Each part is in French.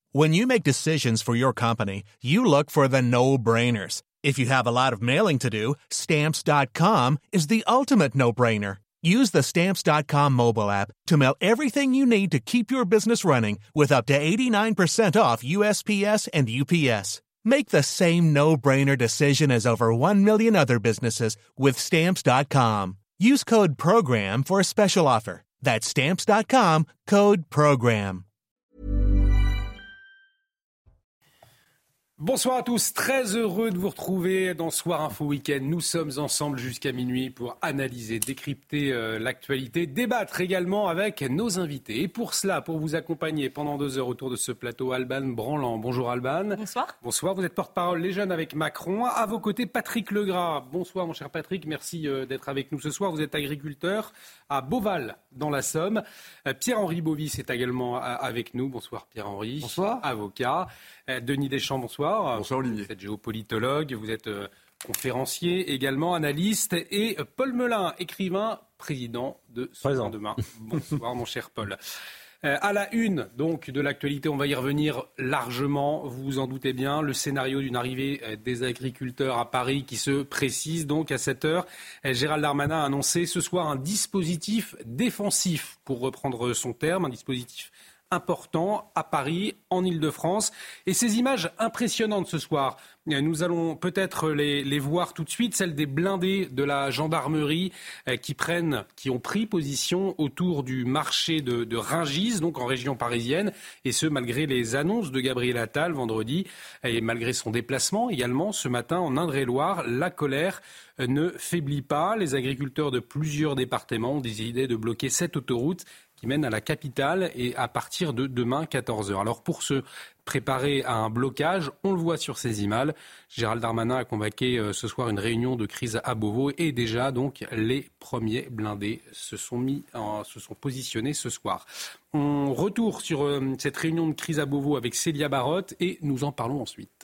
When you make decisions for your company, you look for the no-brainers. If you have a lot of mailing to do, Stamps.com is the ultimate no-brainer. Use the Stamps.com mobile app to mail everything you need to keep your business running with up to 89% off USPS and UPS. Make the same no-brainer decision as over 1 million other businesses with Stamps.com. Use code PROGRAM for a special offer. That's Stamps.com, code PROGRAM. Bonsoir à tous, très heureux de vous retrouver dans Soir Info Week-end. Nous sommes ensemble jusqu'à minuit pour analyser, décrypter l'actualité, débattre également avec nos invités. Et pour cela, pour vous accompagner pendant 2 heures autour de ce plateau, Alban Branlant. Bonjour Alban. Bonsoir. Bonsoir, vous êtes porte-parole Les Jeunes avec Macron. À vos côtés, Patrick Legras. Bonsoir mon cher Patrick, merci d'être avec nous ce soir. Vous êtes agriculteur à Beauval dans la Somme. Pierre-Henri Bovis est également avec nous. Bonsoir Pierre-Henri. Bonsoir. Avocat. Denis Deschamps, bonsoir. Bonsoir Olivier. Vous êtes géopolitologue, vous êtes conférencier également, analyste. Et Paul Melun, écrivain, président de Ce Lendemain. Bonsoir mon cher Paul. À la une donc de l'actualité, on va y revenir largement, vous vous en doutez bien, le scénario d'une arrivée des agriculteurs à Paris qui se précise donc à 7 heures. Gérald Darmanin a annoncé ce soir un dispositif défensif, pour reprendre son terme, un dispositif important à Paris, en Ile-de-France. Et ces images impressionnantes ce soir, nous allons peut-être les voir tout de suite, celles des blindés de la gendarmerie qui ont pris position autour du marché de Rungis, donc en région parisienne, et ce malgré les annonces de Gabriel Attal vendredi, et malgré son déplacement également ce matin en Indre-et-Loire. La colère ne faiblit pas. Les agriculteurs de plusieurs départements ont décidé de bloquer cette autoroute qui mène à la capitale et à partir de demain 14h. Alors pour se préparer à un blocage, on le voit sur ces images, Gérald Darmanin a convoqué ce soir une réunion de crise à Beauvau et déjà donc les premiers blindés se sont positionnés ce soir. On retourne sur cette réunion de crise à Beauvau avec Célia Barotte et nous en parlons ensuite.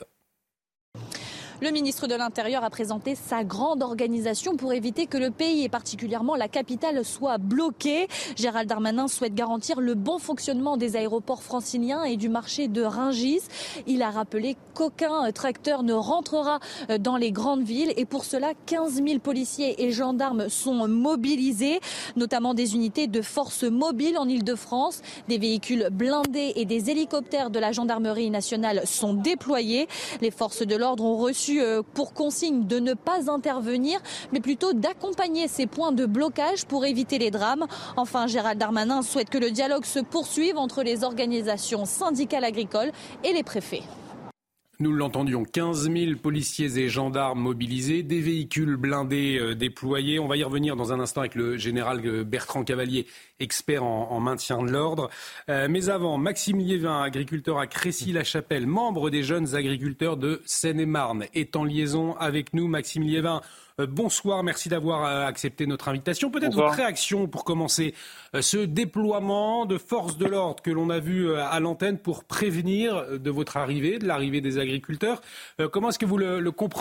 Le ministre de l'Intérieur a présenté sa grande organisation pour éviter que le pays et particulièrement la capitale soit bloqué. Gérald Darmanin souhaite garantir le bon fonctionnement des aéroports franciliens et du marché de Rungis. Il a rappelé qu'aucun tracteur ne rentrera dans les grandes villes et pour cela 15 000 policiers et gendarmes sont mobilisés, notamment des unités de force mobile en Ile-de-France. Des véhicules blindés et des hélicoptères de la gendarmerie nationale sont déployés. Les forces de l'ordre ont reçu pour consigne de ne pas intervenir, mais plutôt d'accompagner ces points de blocage pour éviter les drames. Enfin, Gérald Darmanin souhaite que le dialogue se poursuive entre les organisations syndicales agricoles et les préfets. Nous l'entendions, 15 000 policiers et gendarmes mobilisés, des véhicules blindés déployés. On va y revenir dans un instant avec le général Bertrand Cavalier, expert en maintien de l'ordre. Mais avant, Maxime Liévin, agriculteur à Crécy-la-Chapelle, membre des jeunes agriculteurs de Seine-et-Marne, est en liaison avec nous. Maxime Liévin, bonsoir, merci d'avoir accepté notre invitation. Peut-être votre réaction pour commencer. Ce déploiement de forces de l'ordre que l'on a vu à l'antenne pour prévenir de votre arrivée, de l'arrivée des agriculteurs. Comment est-ce que vous le comprenez ?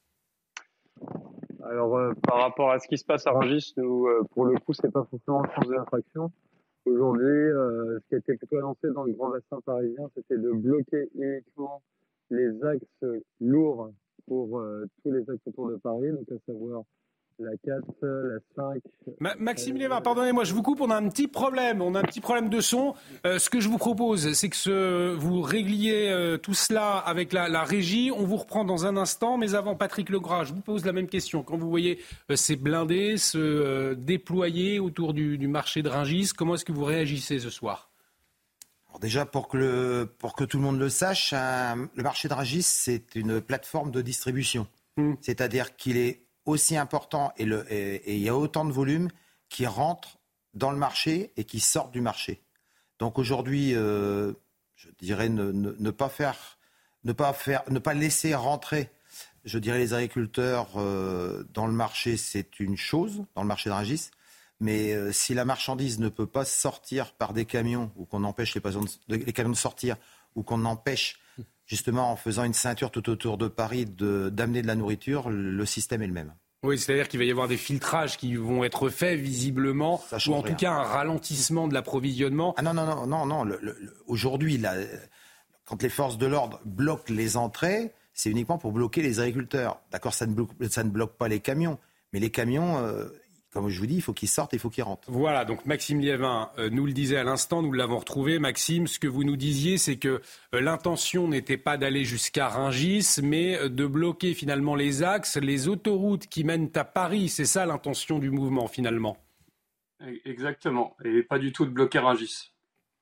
Alors, par rapport à ce qui se passe à Rungis, nous, pour le coup, c'est pas forcément le sens de l'infraction. Aujourd'hui, ce qui a été plutôt annoncé dans le grand bassin parisien, c'était de bloquer uniquement les axes lourds pour tous les axes autour de Paris, donc à savoir la 4, la 5... Maxime Liévin, pardonnez-moi, je vous coupe, on a un petit problème de son. Ce que je vous propose, c'est que vous régliez tout cela avec la régie. On vous reprend dans un instant, mais avant, Patrick Legras, je vous pose la même question. Quand vous voyez ces blindés se déployer autour du marché de Rungis, comment est-ce que vous réagissez ce soir ? Alors déjà, pour que tout le monde le sache, le marché de Rungis, c'est une plateforme de distribution. C'est-à-dire qu'il est aussi important et il y a autant de volume qui rentrent dans le marché et qui sortent du marché. Donc aujourd'hui, je dirais ne pas laisser rentrer, je dirais, les agriculteurs dans le marché, c'est une chose, dans le marché de Rungis. Mais si la marchandise ne peut pas sortir par des camions ou qu'on empêche les camions de sortir ou qu'on empêche justement en faisant une ceinture tout autour de Paris d'amener de la nourriture, le système est le même. Oui, c'est-à-dire qu'il va y avoir des filtrages qui vont être faits visiblement, ou en tout cas un ralentissement de l'approvisionnement. Ah non. Aujourd'hui, quand les forces de l'ordre bloquent les entrées, c'est uniquement pour bloquer les agriculteurs. D'accord, ça ne bloque pas les camions. Mais les camions, comme je vous dis, il faut qu'ils sortent et il faut qu'ils rentrent. Voilà, donc Maxime Liévin nous le disait à l'instant, nous l'avons retrouvé. Maxime, ce que vous nous disiez, c'est que l'intention n'était pas d'aller jusqu'à Rungis, mais de bloquer finalement les axes, les autoroutes qui mènent à Paris. C'est ça l'intention du mouvement finalement. Exactement, et pas du tout de bloquer Rungis.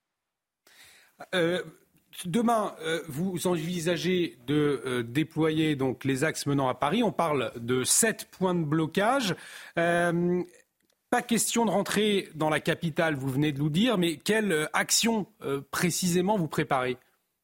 Demain, vous envisagez de déployer donc les axes menant à Paris. On parle de 7 points de blocage. Pas question de rentrer dans la capitale, vous venez de nous dire, mais quelle action précisément vous préparez ?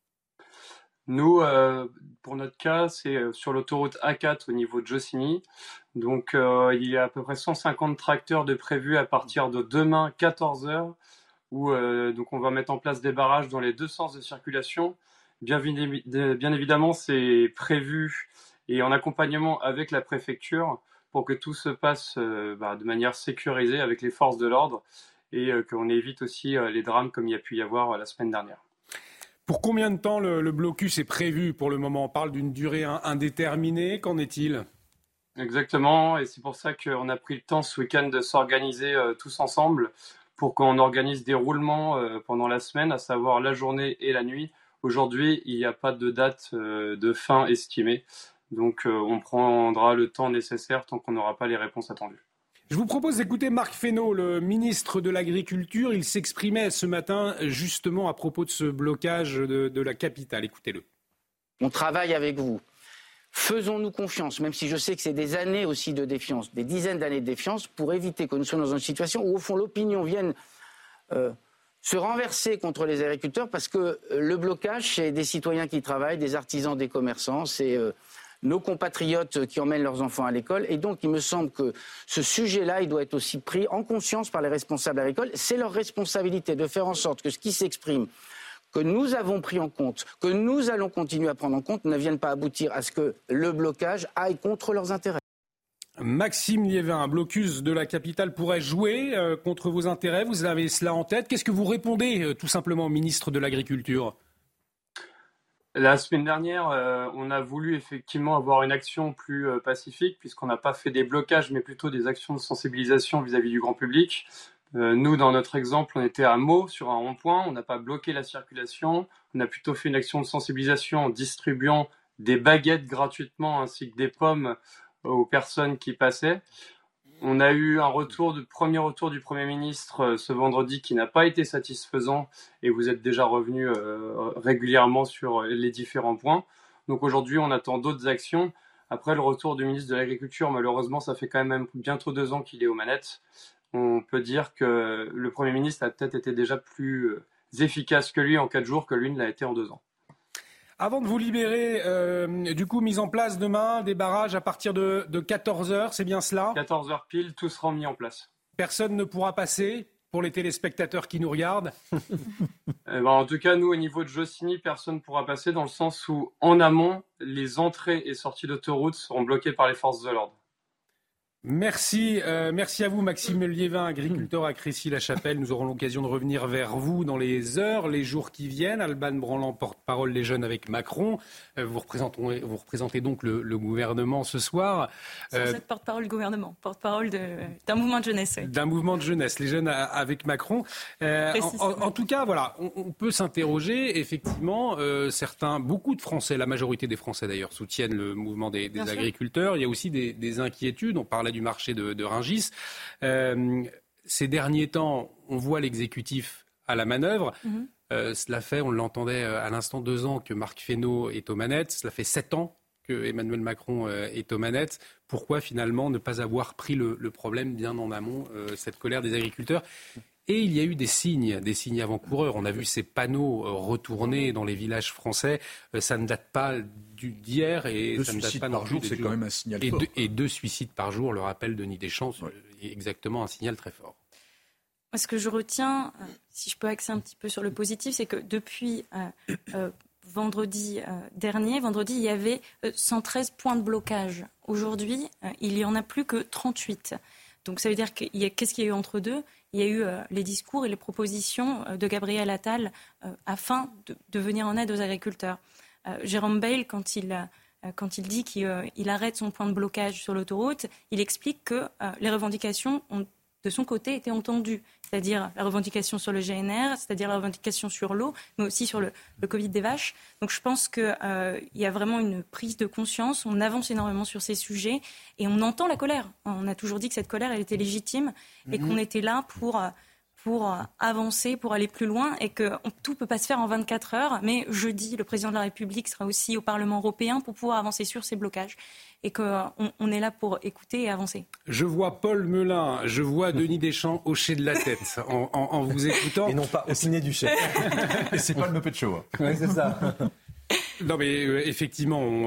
Nous, pour notre cas, c'est sur l'autoroute A4 au niveau de Jossigny. Donc, il y a à peu près 150 tracteurs de prévus à partir de demain, 14h. Où donc on va mettre en place des barrages dans les deux sens de circulation. Bien évidemment, c'est prévu et en accompagnement avec la préfecture pour que tout se passe de manière sécurisée avec les forces de l'ordre et qu'on évite aussi les drames comme il y a pu y avoir la semaine dernière. Pour combien de temps le blocus est prévu pour le moment ? On parle d'une durée indéterminée. Qu'en est-il ? Exactement, et c'est pour ça qu'on a pris le temps ce week-end de s'organiser tous ensemble pour qu'on organise des roulements pendant la semaine, à savoir la journée et la nuit. Aujourd'hui, il n'y a pas de date de fin estimée. Donc, on prendra le temps nécessaire tant qu'on n'aura pas les réponses attendues. Je vous propose d'écouter Marc Fesneau, le ministre de l'Agriculture. Il s'exprimait ce matin justement à propos de ce blocage de la capitale. Écoutez-le. On travaille avec vous. Faisons-nous confiance, même si je sais que c'est des années aussi de défiance, des dizaines d'années de défiance, pour éviter que nous soyons dans une situation où, au fond, l'opinion vienne se renverser contre les agriculteurs, parce que le blocage, c'est des citoyens qui travaillent, des artisans, des commerçants, c'est nos compatriotes qui emmènent leurs enfants à l'école. Et donc, il me semble que ce sujet-là, il doit être aussi pris en conscience par les responsables agricoles. C'est leur responsabilité de faire en sorte que ce qui s'exprime, que nous avons pris en compte, que nous allons continuer à prendre en compte, ne viennent pas aboutir à ce que le blocage aille contre leurs intérêts. Maxime Liévin, un blocus de la capitale pourrait jouer contre vos intérêts. Vous avez cela en tête. Qu'est-ce que vous répondez tout simplement au ministre de l'Agriculture ? La semaine dernière, on a voulu effectivement avoir une action plus pacifique, puisqu'on n'a pas fait des blocages, mais plutôt des actions de sensibilisation vis-à-vis du grand public. Nous, dans notre exemple, on était à Meaux, sur un rond-point, on n'a pas bloqué la circulation, on a plutôt fait une action de sensibilisation en distribuant des baguettes gratuitement ainsi que des pommes aux personnes qui passaient. On a eu un premier retour du Premier ministre ce vendredi qui n'a pas été satisfaisant et vous êtes déjà revenu régulièrement sur les différents points. Donc aujourd'hui, on attend d'autres actions. Après le retour du ministre de l'Agriculture, malheureusement, ça fait quand même bientôt 2 ans qu'il est aux manettes. On peut dire que le Premier ministre a peut-être été déjà plus efficace que lui en 4 jours que lui ne l'a été en 2 ans. Avant de vous libérer, du coup, mise en place demain des barrages à partir de 14h, c'est bien cela ? 14h pile, tout sera mis en place. Personne ne pourra passer pour les téléspectateurs qui nous regardent ? En tout cas, nous, au niveau de Jossigny, personne ne pourra passer dans le sens où, en amont, les entrées et sorties d'autoroute seront bloquées par les forces de l'ordre. Merci à vous Maxime Liévin, agriculteur à Crécy-la-Chapelle. Nous aurons l'occasion de revenir vers vous dans les heures, les jours qui viennent. Alban Branlant, porte-parole des Jeunes avec Macron. Vous représentez donc le gouvernement ce soir. Sans être porte-parole du gouvernement, porte-parole d'un mouvement de jeunesse. Oui. D'un mouvement de jeunesse, les Jeunes avec Macron. En tout cas, voilà, on peut s'interroger. Effectivement, beaucoup de Français, la majorité des Français d'ailleurs, soutiennent le mouvement des agriculteurs. Il y a aussi des inquiétudes. On parlait du marché de Rungis. Ces derniers temps, on voit l'exécutif à la manœuvre. Cela fait, on l'entendait à l'instant, 2 ans que Marc Fesneau est aux manettes. Cela fait 7 ans que Emmanuel Macron est aux manettes. Pourquoi finalement ne pas avoir pris le problème bien en amont, cette colère des agriculteurs ? Et il y a eu des signes avant-coureurs. On a vu ces panneaux retournés dans les villages français. Ça ne date pas d'hier et ça ne date pas par jour, c'est quand même un signal fort. Et 2 suicides par jour, le rappel de Denis Deschamps, est exactement un signal très fort. Moi, ce que je retiens, si je peux axer un petit peu sur le positif, c'est que depuis vendredi dernier, il y avait 113 points de blocage. Aujourd'hui, il n'y en a plus que 38. Donc ça veut dire qu'est-ce qu'il y a eu entre deux ? Il y a eu les discours et les propositions de Gabriel Attal afin de venir en aide aux agriculteurs. Jérôme Bail, quand il dit qu'il arrête son point de blocage sur l'autoroute, il explique que les revendications ont de son côté été entendues, c'est-à-dire la revendication sur le GNR, c'est-à-dire la revendication sur l'eau, mais aussi sur le Covid des vaches. Donc je pense qu'il y a vraiment une prise de conscience, on avance énormément sur ces sujets et on entend la colère. On a toujours dit que cette colère, elle était légitime et qu'on était là pour avancer, pour aller plus loin et que tout ne peut pas se faire en 24 heures. Mais jeudi, le président de la République sera aussi au Parlement européen pour pouvoir avancer sur ces blocages et qu'on est là pour écouter et avancer. Je vois Paul Melun, je vois Denis Deschamps hocher de la tête en vous écoutant. Et non pas au ciné du chef. Et c'est pas le Muppet Show. Hein. Oui, c'est ça. Non mais effectivement,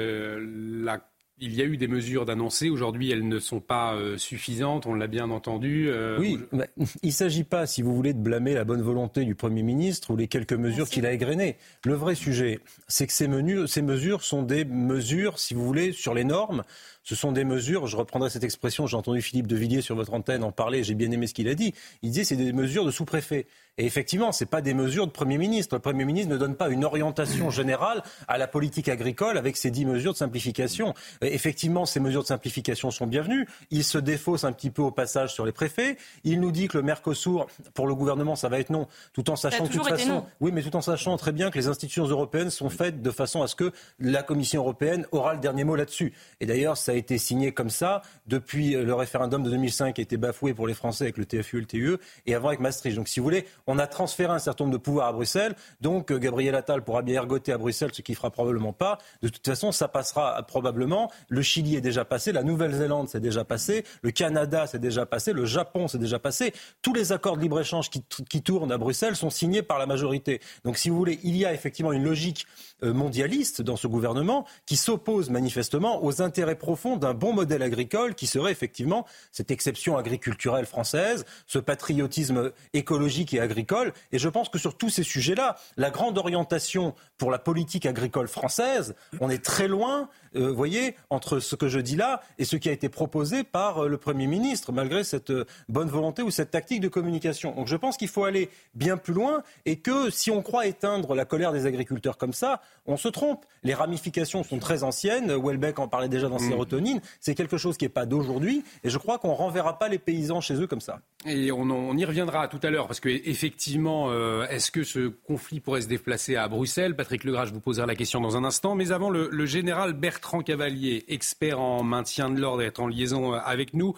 il y a eu des mesures d'annoncer. Aujourd'hui, elles ne sont pas suffisantes. On l'a bien entendu. Oui, mais il ne s'agit pas, si vous voulez, de blâmer la bonne volonté du Premier ministre ou les quelques mesures qu'il a égrenées. Le vrai sujet, c'est que ces mesures sont des mesures, si vous voulez, sur les normes. Ce sont des mesures, je reprendrai cette expression, j'ai entendu Philippe de Villiers sur votre antenne en parler, j'ai bien aimé ce qu'il a dit. Il disait que c'est des mesures de sous-préfet. Et effectivement, ce n'est pas des mesures de Premier ministre. Le Premier ministre ne donne pas une orientation générale à la politique agricole avec ces 10 mesures de simplification. Effectivement, ces mesures de simplification sont bienvenues. Il se défausse un petit peu au passage sur les préfets. Il nous dit que le Mercosur, pour le gouvernement, ça va être non, tout en sachant de toute façon, oui, mais tout en sachant très bien que les institutions européennes sont faites de façon à ce que la Commission européenne aura le dernier mot là-dessus. Et d'ailleurs, ça a été signé comme ça depuis le référendum de 2005 qui a été bafoué pour les Français avec le TFUE, le TUE, et avant avec Maastricht. Donc, si vous voulez, on a transféré un certain nombre de pouvoirs à Bruxelles. Donc, Gabriel Attal pourra bien ergoter à Bruxelles, ce qu'il ne fera probablement pas. De toute façon, ça passera probablement. Le Chili est déjà passé, la Nouvelle-Zélande c'est déjà passé, le Canada c'est déjà passé, le Japon c'est déjà passé. Tous les accords de libre-échange qui tournent à Bruxelles sont signés par la majorité. Donc, si vous voulez, il y a effectivement une logique mondialiste dans ce gouvernement qui s'oppose manifestement aux intérêts profonds d'un bon modèle agricole qui serait effectivement cette exception agriculturelle française, ce patriotisme écologique et agricole. Et je pense que sur tous ces sujets-là, la grande orientation pour la politique agricole française, on est très loin, voyez, entre ce que je dis là et ce qui a été proposé par le Premier ministre, malgré cette bonne volonté ou cette tactique de communication. Donc je pense qu'il faut aller bien plus loin et que si on croit éteindre la colère des agriculteurs comme ça, on se trompe. Les ramifications sont très anciennes. Houellebecq en parlait déjà dans Sérotonine. C'est quelque chose qui n'est pas d'aujourd'hui. Et je crois qu'on ne renverra pas les paysans chez eux comme ça. Et on y reviendra tout à l'heure. Parce qu'effectivement, est-ce que ce conflit pourrait se déplacer à Bruxelles ? Patrick Legras, je vous poserai la question dans un instant. Mais avant, le général Bertrand Cavalier, expert en maintien de l'ordre, est en liaison avec nous.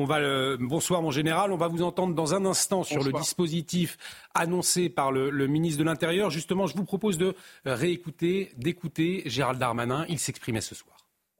Bonsoir mon général. On va vous entendre dans un instant sur le dispositif annoncé par le ministre de l'Intérieur. Justement, je vous propose d'écouter Gérald Darmanin. Il s'exprimait ce soir.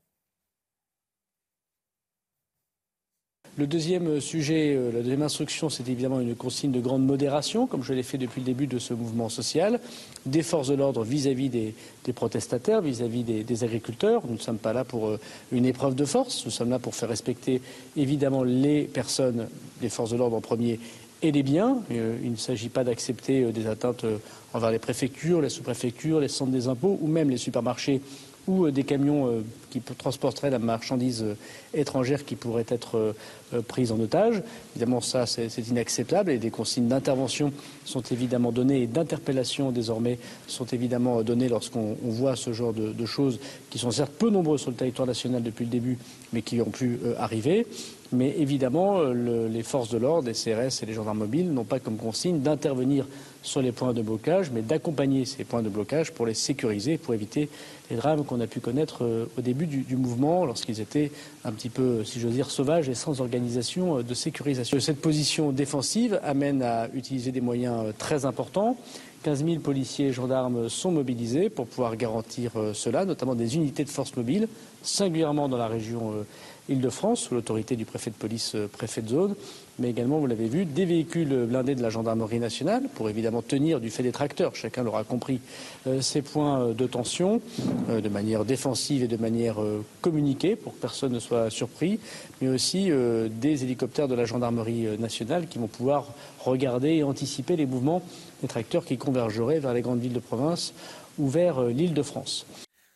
Le deuxième sujet, la deuxième instruction, c'est évidemment une consigne de grande modération, comme je l'ai fait depuis le début de ce mouvement social, des forces de l'ordre vis-à-vis des protestataires, vis-à-vis des agriculteurs. Nous ne sommes pas là pour une épreuve de force, nous sommes là pour faire respecter évidemment les personnes, les forces de l'ordre en premier, et les biens. Il ne s'agit pas d'accepter des atteintes envers les préfectures, les sous-préfectures, les centres des impôts ou même les supermarchés ou des camions qui transporteraient la marchandise étrangère qui pourrait être prise en otage. Évidemment, ça, c'est inacceptable et des consignes d'intervention sont évidemment données et d'interpellation désormais sont évidemment données lorsqu'on voit ce genre de choses qui sont certes peu nombreuses sur le territoire national depuis le début, mais qui ont pu arriver. Mais évidemment, les forces de l'ordre, les CRS et les gendarmes mobiles n'ont pas comme consigne d'intervenir sur les points de blocage, mais d'accompagner ces points de blocage pour les sécuriser, pour éviter les drames qu'on a pu connaître au début du mouvement, lorsqu'ils étaient un petit peu, si j'ose dire, sauvages et sans organisation de sécurisation. Cette position défensive amène à utiliser des moyens très importants. 15 000 policiers et gendarmes sont mobilisés pour pouvoir garantir cela, notamment des unités de force mobile, singulièrement dans la région Île-de-France, sous l'autorité du préfet de police, préfet de zone, mais également, vous l'avez vu, des véhicules blindés de la gendarmerie nationale pour évidemment tenir du fait des tracteurs, chacun l'aura compris, ces points de tension de manière défensive et de manière communiquée pour que personne ne soit surpris, mais aussi des hélicoptères de la gendarmerie nationale qui vont pouvoir regarder et anticiper les mouvements des tracteurs qui convergeraient vers les grandes villes de province ou vers l'Île-de-France.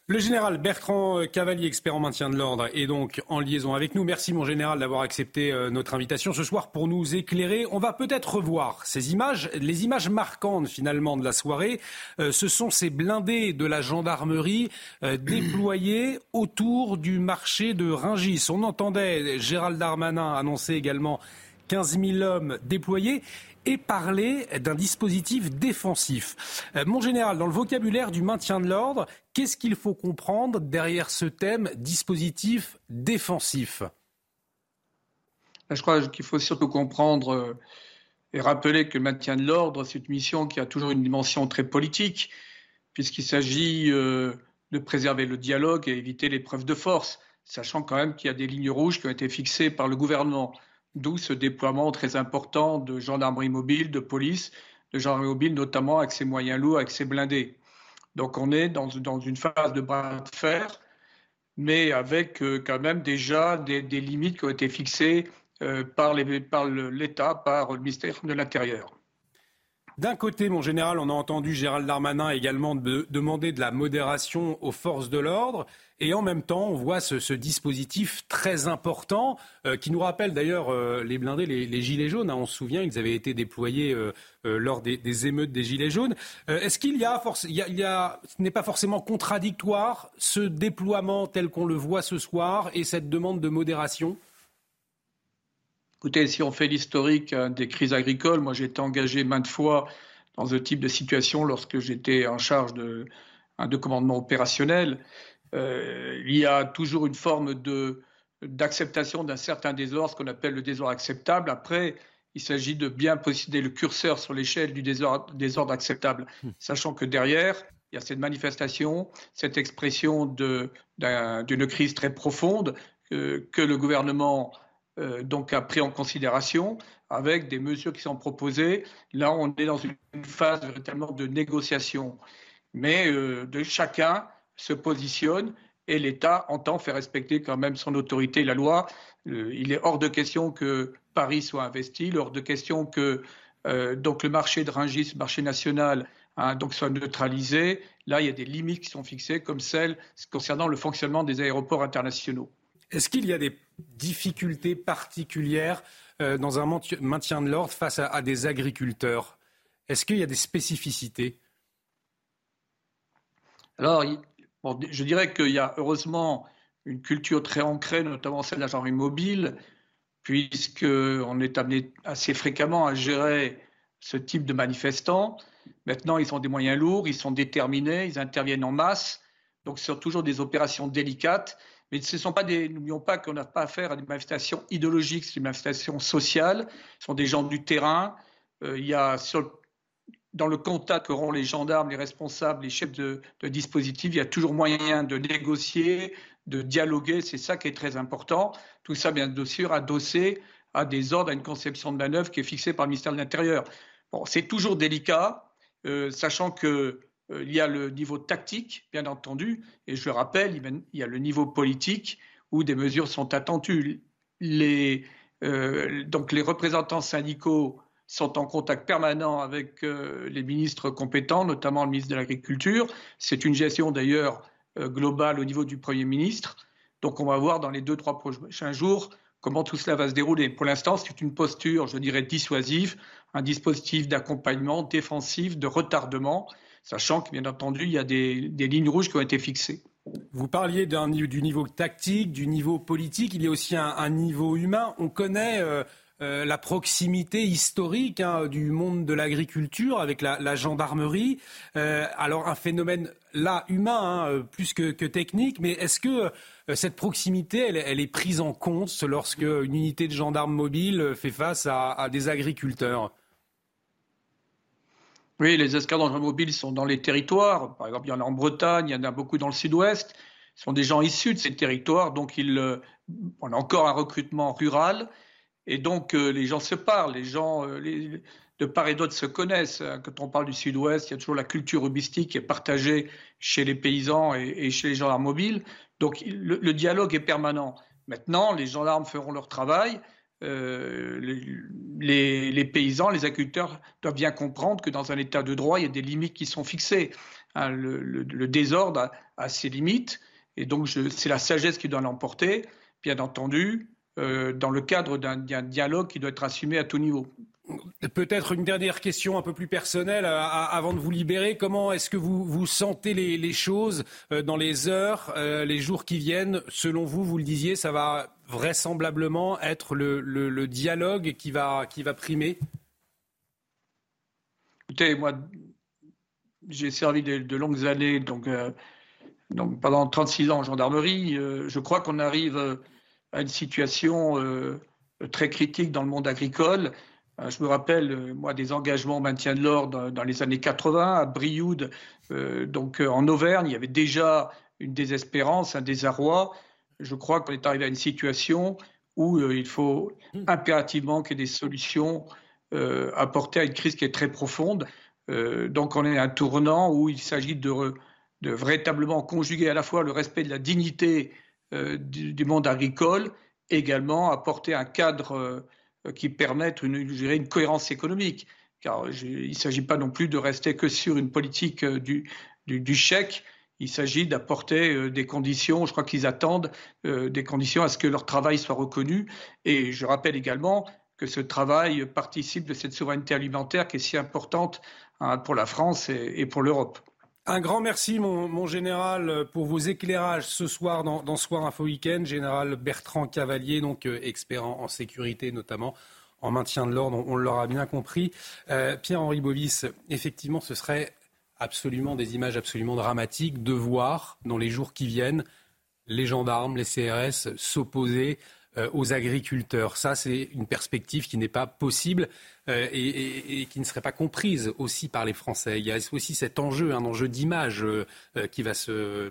Le général Bertrand Cavalier, expert en maintien de l'ordre, est donc en liaison avec nous. Merci mon général d'avoir accepté notre invitation ce soir pour nous éclairer. On va peut-être revoir ces images, les images marquantes finalement de la soirée. Ce sont ces blindés de la gendarmerie déployés autour du marché de Rungis. On entendait Gérald Darmanin annoncer également 15 000 hommes déployés et parler d'un dispositif défensif. Mon général, dans le vocabulaire du maintien de l'ordre, qu'est-ce qu'il faut comprendre derrière ce thème dispositif défensif ? Je crois qu'il faut surtout comprendre et rappeler que le maintien de l'ordre, c'est une mission qui a toujours une dimension très politique, puisqu'il s'agit de préserver le dialogue et éviter les preuves de force, sachant quand même qu'il y a des lignes rouges qui ont été fixées par le gouvernement. D'où ce déploiement très important de gendarmerie mobile, de police, de gendarmerie mobile notamment avec ses moyens lourds, avec ses blindés. Donc on est dans une phase de bras de fer, mais avec quand même déjà des limites qui ont été fixées par l'État, par le ministère de l'Intérieur. D'un côté, mon général, on a entendu Gérald Darmanin également demander de la modération aux forces de l'ordre. Et en même temps, on voit ce dispositif très important qui nous rappelle d'ailleurs les blindés, les gilets jaunes. On se souvient, ils avaient été déployés lors des émeutes des gilets jaunes. Est-ce qu'il y a, ce n'est pas forcément contradictoire, ce déploiement tel qu'on le voit ce soir et cette demande de modération ? Écoutez, si on fait l'historique des crises agricoles, moi j'ai été engagé maintes fois dans ce type de situation lorsque j'étais en charge de commandement opérationnel. Il y a toujours une forme d'acceptation d'un certain désordre, ce qu'on appelle le désordre acceptable. Après, il s'agit de bien positionner le curseur sur l'échelle du désordre acceptable, sachant que derrière, il y a cette manifestation, cette expression d'une crise très profonde que le gouvernement donc a pris en considération avec des mesures qui sont proposées. Là, on est dans une phase véritablement de négociation. Mais chacun se positionne et l'État entend faire respecter quand même son autorité et la loi. Il est hors de question que Paris soit investi, il est hors de question que donc le marché de Rungis, le marché national, donc soit neutralisé. Là, il y a des limites qui sont fixées, comme celles concernant le fonctionnement des aéroports internationaux. Est-ce qu'il y a des difficultés particulières dans un maintien de l'ordre face à des agriculteurs ? Est-ce qu'il y a des spécificités ? Alors, je dirais qu'il y a heureusement une culture très ancrée, notamment celle de la gendarmerie mobile, puisqu'on est amené assez fréquemment à gérer ce type de manifestants. Maintenant, ils ont des moyens lourds, ils sont déterminés, ils interviennent en masse. Donc, ce sont toujours des opérations délicates. Mais ce ne sont pas n'oublions pas qu'on n'a pas affaire à des manifestations idéologiques, c'est des manifestations sociales. Ce sont des gens du terrain. Il y a dans le contact qu'auront les gendarmes, les responsables, les chefs de dispositifs, il y a toujours moyen de négocier, de dialoguer. C'est ça qui est très important. Tout ça, bien sûr, adossé à des ordres, à une conception de manœuvre qui est fixée par le ministère de l'Intérieur. Bon, c'est toujours délicat, sachant que il y a le niveau tactique, bien entendu, et je le rappelle, il y a le niveau politique où des mesures sont attendues. Donc les représentants syndicaux sont en contact permanent avec les ministres compétents, notamment le ministre de l'Agriculture. C'est une gestion d'ailleurs globale au niveau du Premier ministre. Donc on va voir dans les 2-3 prochains jours comment tout cela va se dérouler. Pour l'instant, c'est une posture, je dirais, dissuasive, un dispositif d'accompagnement défensif, de retardement, sachant que, bien entendu, il y a des lignes rouges qui ont été fixées. Vous parliez du niveau tactique, du niveau politique. Il y a aussi un niveau humain. On connaît la proximité historique du monde de l'agriculture avec la gendarmerie. Alors, un phénomène là humain, plus que technique. Mais est-ce que cette proximité, elle est prise en compte lorsque une unité de gendarmes mobile fait face à des agriculteurs ? Oui, les escadrons mobiles sont dans les territoires. Par exemple, il y en a en Bretagne, il y en a beaucoup dans le sud-ouest. Ce sont des gens issus de ces territoires, donc on a encore un recrutement rural. Et donc, les gens se parlent, les gens de part et d'autre se connaissent. Quand on parle du sud-ouest, il y a toujours la culture rubistique qui est partagée chez les paysans et chez les gendarmes mobiles. Donc, le dialogue est permanent. Maintenant, les gendarmes feront leur travail. Les paysans, les agriculteurs doivent bien comprendre que dans un état de droit, il y a des limites qui sont fixées. le désordre a ses limites. Et donc, c'est la sagesse qui doit l'emporter, bien entendu, dans le cadre d'un dialogue qui doit être assumé à tout niveau. Peut-être une dernière question un peu plus personnelle avant de vous libérer. Comment est-ce que vous sentez les choses dans les heures, les jours qui viennent? Selon vous, vous le disiez, ça va vraisemblablement être le dialogue qui va primer? Écoutez, moi, j'ai servi de longues années, donc pendant 36 ans en gendarmerie. Je crois qu'on arrive à une situation très critique dans le monde agricole. Je me rappelle, moi, des engagements maintien de l'ordre dans les années 80 à Brioude, donc en Auvergne. Il y avait déjà une désespérance, un désarroi. Je crois qu'on est arrivé à une situation où il faut impérativement qu'il y ait des solutions apportées à une crise qui est très profonde. Donc on est à un tournant où il s'agit de véritablement conjuguer à la fois le respect de la dignité du monde agricole, également apporter un cadre qui permette une cohérence économique. Car il ne s'agit pas non plus de rester que sur une politique du chèque. Il s'agit d'apporter des conditions, je crois qu'ils attendent des conditions à ce que leur travail soit reconnu. Et je rappelle également que ce travail participe de cette souveraineté alimentaire qui est si importante pour la France et pour l'Europe. Un grand merci, mon général, pour vos éclairages ce soir dans Soir Info Week-end. Général Bertrand Cavalier, donc expert en sécurité, notamment en maintien de l'ordre, on l'aura bien compris. Pierre-Henri Bovis, effectivement, ce serait des images absolument dramatiques de voir, dans les jours qui viennent, les gendarmes, les CRS s'opposer aux agriculteurs. Ça, c'est une perspective qui n'est pas possible et qui ne serait pas comprise aussi par les Français. Il y a aussi cet enjeu, un enjeu d'image qui va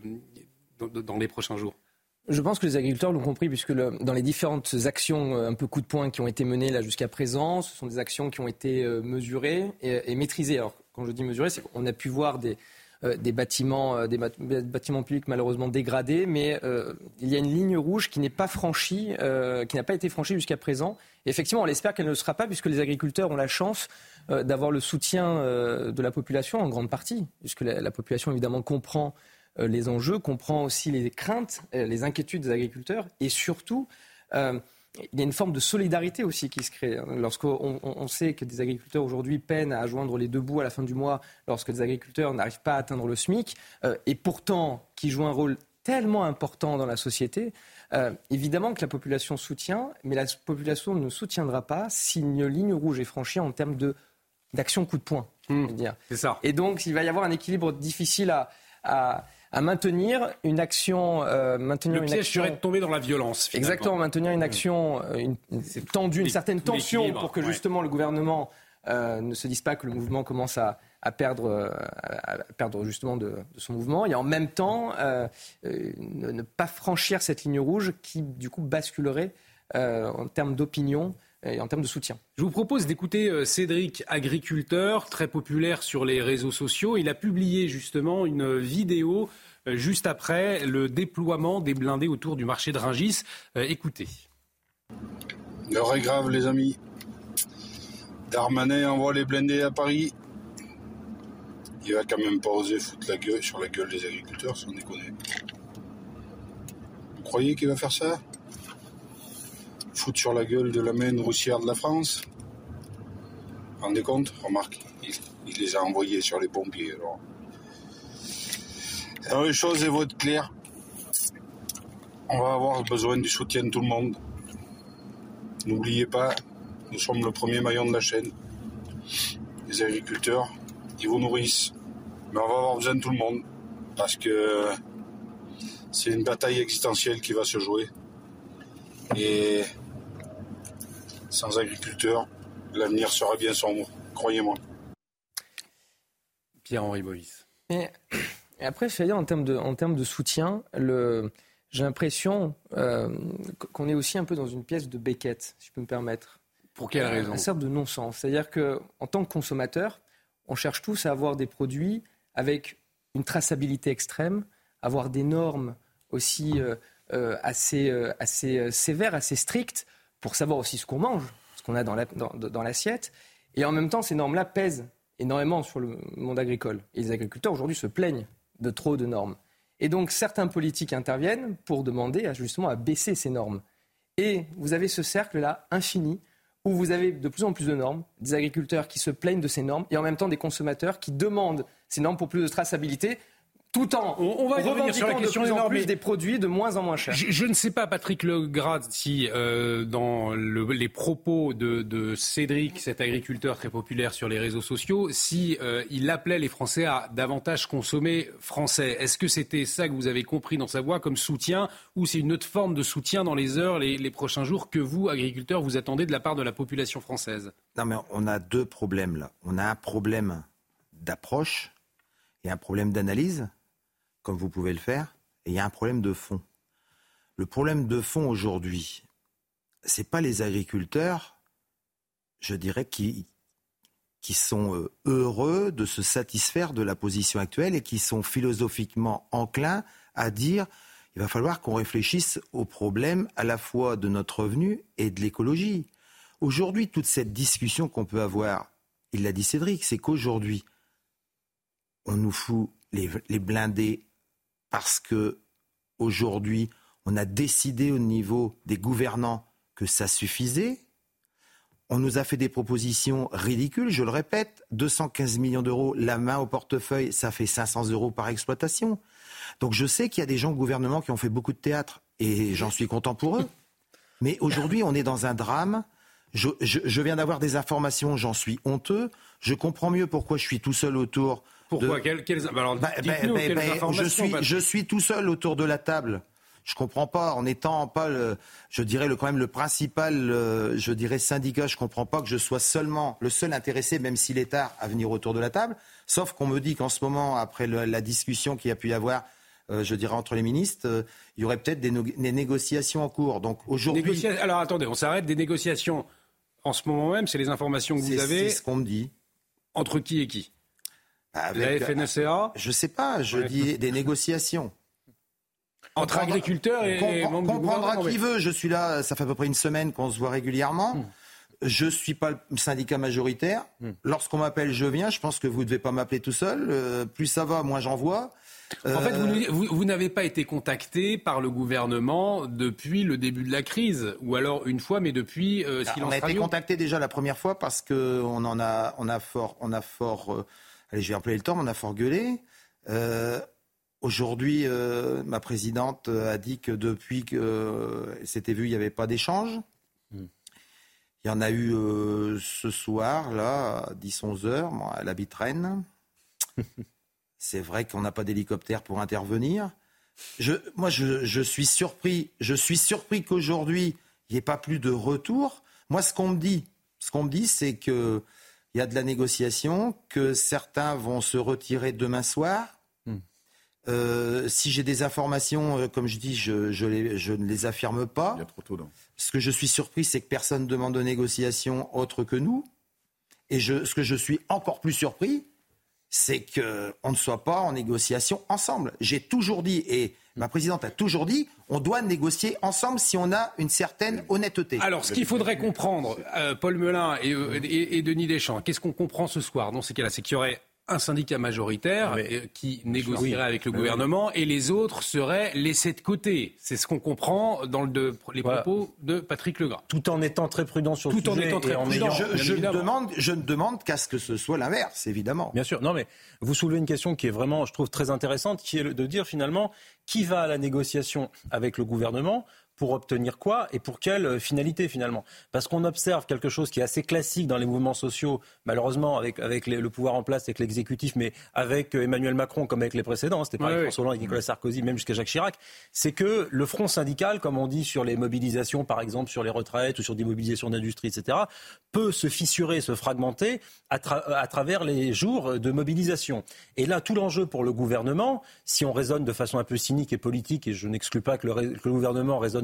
dans les prochains jours. Je pense que les agriculteurs l'ont compris puisque dans les différentes actions un peu coup de poing qui ont été menées là jusqu'à présent, ce sont des actions qui ont été mesurées et maîtrisées. Alors quand je dis mesurées, c'est qu'on a pu voir des bâtiments publics malheureusement dégradés, mais il y a une ligne rouge qui n'est pas franchie, qui n'a pas été franchie jusqu'à présent. Et effectivement, on l'espère qu'elle ne le sera pas, puisque les agriculteurs ont la chance d'avoir le soutien de la population en grande partie, puisque la population évidemment comprend les enjeux, comprend aussi les craintes, les inquiétudes des agriculteurs, et surtout il y a une forme de solidarité aussi qui se crée. Lorsqu'on sait que des agriculteurs aujourd'hui peinent à joindre les deux bouts à la fin du mois, lorsque des agriculteurs n'arrivent pas à atteindre le SMIC, et pourtant qui jouent un rôle tellement important dans la société, évidemment que la population soutient, mais la population ne soutiendra pas si une ligne rouge est franchie en termes d'action coup de poing. C'est ça. Et donc il va y avoir un équilibre difficile à maintenir une action. Le piège serait de tomber dans la violence. Finalement. Exactement, maintenir une action une certaine tension pour que justement le gouvernement ne se dise pas que le mouvement commence à perdre justement de son mouvement, et en même temps ne pas franchir cette ligne rouge qui du coup basculerait en termes d'opinion et en termes de soutien. Je vous propose d'écouter Cédric, agriculteur, très populaire sur les réseaux sociaux. Il a publié justement une vidéo juste après le déploiement des blindés autour du marché de Rungis. Écoutez. L'heure est grave, les amis. Darmanin envoie les blindés à Paris. Il va quand même pas oser foutre sur la gueule des agriculteurs, sans déconner. Vous croyez qu'il va faire ça ? Foutre sur la gueule de la main roussière de la France. Vous vous rendez compte ? Remarque, il les a envoyés sur les pompiers. Alors les choses vont être claires. On va avoir besoin du soutien de tout le monde. N'oubliez pas, nous sommes le premier maillon de la chaîne. Les agriculteurs, ils vous nourrissent. Mais on va avoir besoin de tout le monde. Parce que c'est une bataille existentielle qui va se jouer. Et sans agriculteurs, l'avenir sera bien sombre, croyez-moi. Pierre-Henri Bovis. Et après, je vais dire, en termes de soutien, j'ai l'impression qu'on est aussi un peu dans une pièce de Beckett, si je peux me permettre. Pour quelle raison ? Une sorte de non-sens. C'est-à-dire qu'en tant que consommateur, on cherche tous à avoir des produits avec une traçabilité extrême, avoir des normes aussi assez sévères, assez strictes, pour savoir aussi ce qu'on mange, ce qu'on a dans l'assiette. Et en même temps, ces normes-là pèsent énormément sur le monde agricole. Et les agriculteurs aujourd'hui se plaignent de trop de normes. Et donc certains politiques interviennent pour demander justement à baisser ces normes. Et vous avez ce cercle-là infini où vous avez de plus en plus de normes, des agriculteurs qui se plaignent de ces normes et en même temps des consommateurs qui demandent ces normes pour plus de traçabilité. Tout en on va y revenir sur la question de plus en énorme, plus des produits de moins en moins chers. Je ne sais pas, Patrick Legras, si dans les propos de Cédric, cet agriculteur très populaire sur les réseaux sociaux, si il appelait les Français à davantage consommer français. Est-ce que c'était ça que vous avez compris dans sa voix comme soutien, ou c'est une autre forme de soutien dans les heures, les prochains jours que vous, agriculteurs, vous attendez de la part de la population française? Non, mais on a deux problèmes là. On a un problème d'approche et un problème d'analyse, comme vous pouvez le faire, et il y a un problème de fond. Le problème de fond aujourd'hui, c'est pas les agriculteurs, je dirais, qui sont heureux de se satisfaire de la position actuelle et qui sont philosophiquement enclins à dire il va falloir qu'on réfléchisse aux problèmes à la fois de notre revenu et de l'écologie. Aujourd'hui, toute cette discussion qu'on peut avoir, il l'a dit Cédric, c'est qu'aujourd'hui, on nous fout les blindés parce que aujourd'hui, on a décidé au niveau des gouvernants que ça suffisait. On nous a fait des propositions ridicules, je le répète, 215 millions d'euros, la main au portefeuille, ça fait 500 euros par exploitation. Donc je sais qu'il y a des gens au gouvernement qui ont fait beaucoup de théâtre, et j'en suis content pour eux. Mais aujourd'hui, on est dans un drame. Je viens d'avoir des informations, j'en suis honteux. Je comprends mieux pourquoi je suis tout seul autour. Pourquoi quelles informations je suis tout seul autour de la table. Je comprends pas, en étant pas quand même le principal, syndicat, je comprends pas que je sois seulement le seul intéressé, même s'il est tard, à venir autour de la table. Sauf qu'on me dit qu'en ce moment, après la discussion qu'il y a pu y avoir, entre les ministres, il y aurait peut-être des négociations en cours. Donc aujourd'hui. Alors attendez, on s'arrête. Des négociations en ce moment même, c'est les informations que vous avez. C'est ce qu'on me dit. Entre qui et qui? Avec la FNSEA? Je sais pas, dis des négociations. Entre agriculteurs et membres du gouvernement. Comprendra qui veut, je suis là, ça fait à peu près une semaine qu'on se voit régulièrement. Je ne suis pas le syndicat majoritaire. Lorsqu'on m'appelle, je viens. Je pense que vous ne devez pas m'appeler tout seul. Plus ça va, moins j'en vois. En fait, vous n'avez pas été contacté par le gouvernement depuis le début de la crise, ou alors une fois, mais depuis silence radio. On a été contacté déjà la première fois parce qu'on a fort, allez, je vais employer le terme, on a fort gueulé. Aujourd'hui, ma présidente a dit que depuis que c'était vu, il n'y avait pas d'échange. Il y en a eu ce soir, là, à 10-11 heures. Moi, elle habite Rennes. C'est vrai qu'on n'a pas d'hélicoptère pour intervenir. Je suis surpris. Je suis surpris qu'aujourd'hui, il n'y ait pas plus de retour. Moi, ce qu'on me dit, c'est qu'il y a de la négociation, que certains vont se retirer demain soir. Si j'ai des informations, comme je dis, je ne les affirme pas. Il y a trop tôt, non. Ce que je suis surpris, c'est que personne ne demande de négociation autre que nous. Et ce que je suis encore plus surpris, c'est qu'on ne soit pas en négociation ensemble. J'ai toujours dit, et ma présidente a toujours dit, on doit négocier ensemble si on a une certaine honnêteté. Alors, ce qu'il faudrait comprendre, Paul Melun et Denis Deschamps, qu'est-ce qu'on comprend ce soir dans ces cas-là? C'est qu'il y aurait un syndicat majoritaire qui négocierait avec le gouvernement et les autres seraient laissés de côté. C'est ce qu'on comprend dans les propos de Patrick Legras. Tout en étant très prudent sur le sujet. Tout en étant très prudent. Je ne demande qu'à ce que ce soit l'inverse, évidemment. Bien sûr. Non, mais vous soulevez une question qui est vraiment, je trouve, très intéressante, qui est de dire finalement qui va à la négociation avec le gouvernement pour obtenir quoi et pour quelle finalité finalement? Parce qu'on observe quelque chose qui est assez classique dans les mouvements sociaux, malheureusement avec le pouvoir en place, avec l'exécutif, mais avec Emmanuel Macron comme avec les précédents, c'était pareil François Hollande et Nicolas Sarkozy, même jusqu'à Jacques Chirac, c'est que le front syndical, comme on dit sur les mobilisations par exemple sur les retraites ou sur des mobilisations d'industrie, etc., peut se fissurer, se fragmenter à travers les jours de mobilisation. Et là, tout l'enjeu pour le gouvernement, si on raisonne de façon un peu cynique et politique, et je n'exclus pas que le gouvernement raisonne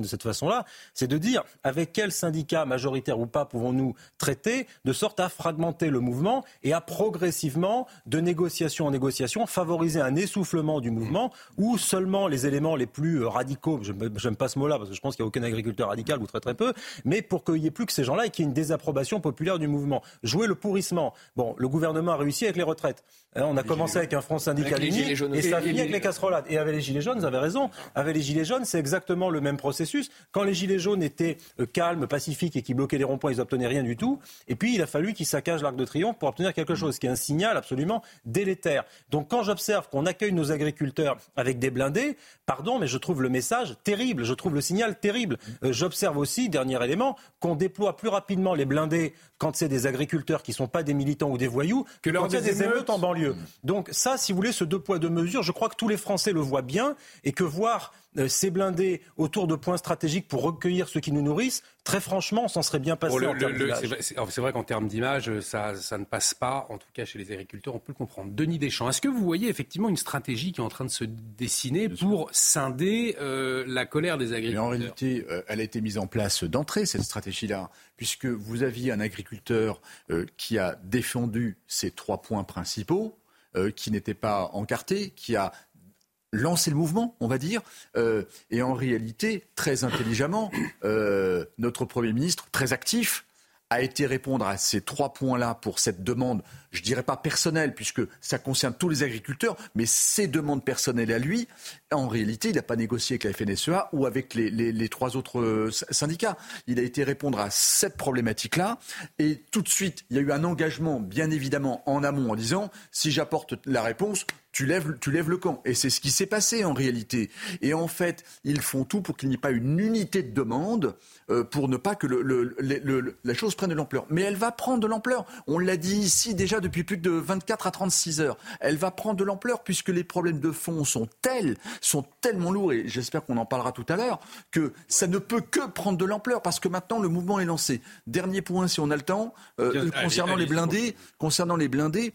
de cette façon-là, c'est de dire avec quel syndicat, majoritaire ou pas, pouvons-nous traiter, de sorte à fragmenter le mouvement et à progressivement, de négociation en négociation, favoriser un essoufflement du mouvement où seulement les éléments les plus radicaux, j'aime pas ce mot-là parce que je pense qu'il n'y a aucun agriculteur radical ou très très peu, mais pour qu'il n'y ait plus que ces gens-là et qu'il y ait une désapprobation populaire du mouvement. Jouer le pourrissement. Bon, le gouvernement a réussi avec les retraites. On a commencé avec un front syndical uni et ça a fini avec les casserolades. Et avec les Gilets jaunes, vous avez raison, avec les Gilets jaunes, c'est exactement le même processus. Quand les Gilets jaunes étaient calmes, pacifiques et qui bloquaient les ronds-points, ils n'obtenaient rien du tout. Et puis, il a fallu qu'ils saccagent l'Arc de Triomphe pour obtenir quelque chose, qui est un signal absolument délétère. Donc, quand j'observe qu'on accueille nos agriculteurs avec des blindés, pardon, mais je trouve le message terrible, je trouve le signal terrible. J'observe aussi, dernier élément, qu'on déploie plus rapidement les blindés quand c'est des agriculteurs qui ne sont pas des militants ou des voyous, que quand il y a des émeutes en banlieue. Donc ça, si vous voulez, ce 2 poids 2 mesures, je crois que tous les Français le voient bien et que voir ces blindés autour de points stratégiques pour recueillir ceux qui nous nourrissent, très franchement, on s'en serait bien passé en termes d'image. C'est vrai qu'en termes d'image, ça ne passe pas, en tout cas chez les agriculteurs, on peut le comprendre. Denis Deschamps, est-ce que vous voyez effectivement une stratégie qui est en train de se dessiner pour scinder la colère des agriculteurs ? Mais en réalité, elle a été mise en place d'entrée, cette stratégie-là, puisque vous aviez un agriculteur qui a défendu ces 3 points principaux, qui n'était pas encarté, qui a lancer le mouvement, on va dire, et en réalité, très intelligemment, notre Premier ministre, très actif, a été répondre à ces 3 points-là pour cette demande, je ne dirais pas personnelle, puisque ça concerne tous les agriculteurs, mais ces demandes personnelles à lui, en réalité, il n'a pas négocié avec la FNSEA ou avec les 3 autres syndicats. Il a été répondre à cette problématique-là, et tout de suite, il y a eu un engagement, bien évidemment, en amont, en disant, si j'apporte la réponse, tu lèves le camp. Et c'est ce qui s'est passé en réalité. Et en fait, ils font tout pour qu'il n'y ait pas une unité de demande, pour ne pas que la chose prenne de l'ampleur. Mais elle va prendre de l'ampleur. On l'a dit ici déjà depuis plus de 24 à 36 heures. Elle va prendre de l'ampleur puisque les problèmes de fond sont tellement lourds, et j'espère qu'on en parlera tout à l'heure, que ça ne peut que prendre de l'ampleur parce que maintenant le mouvement est lancé. Dernier point, si on a le temps, concernant les blindés,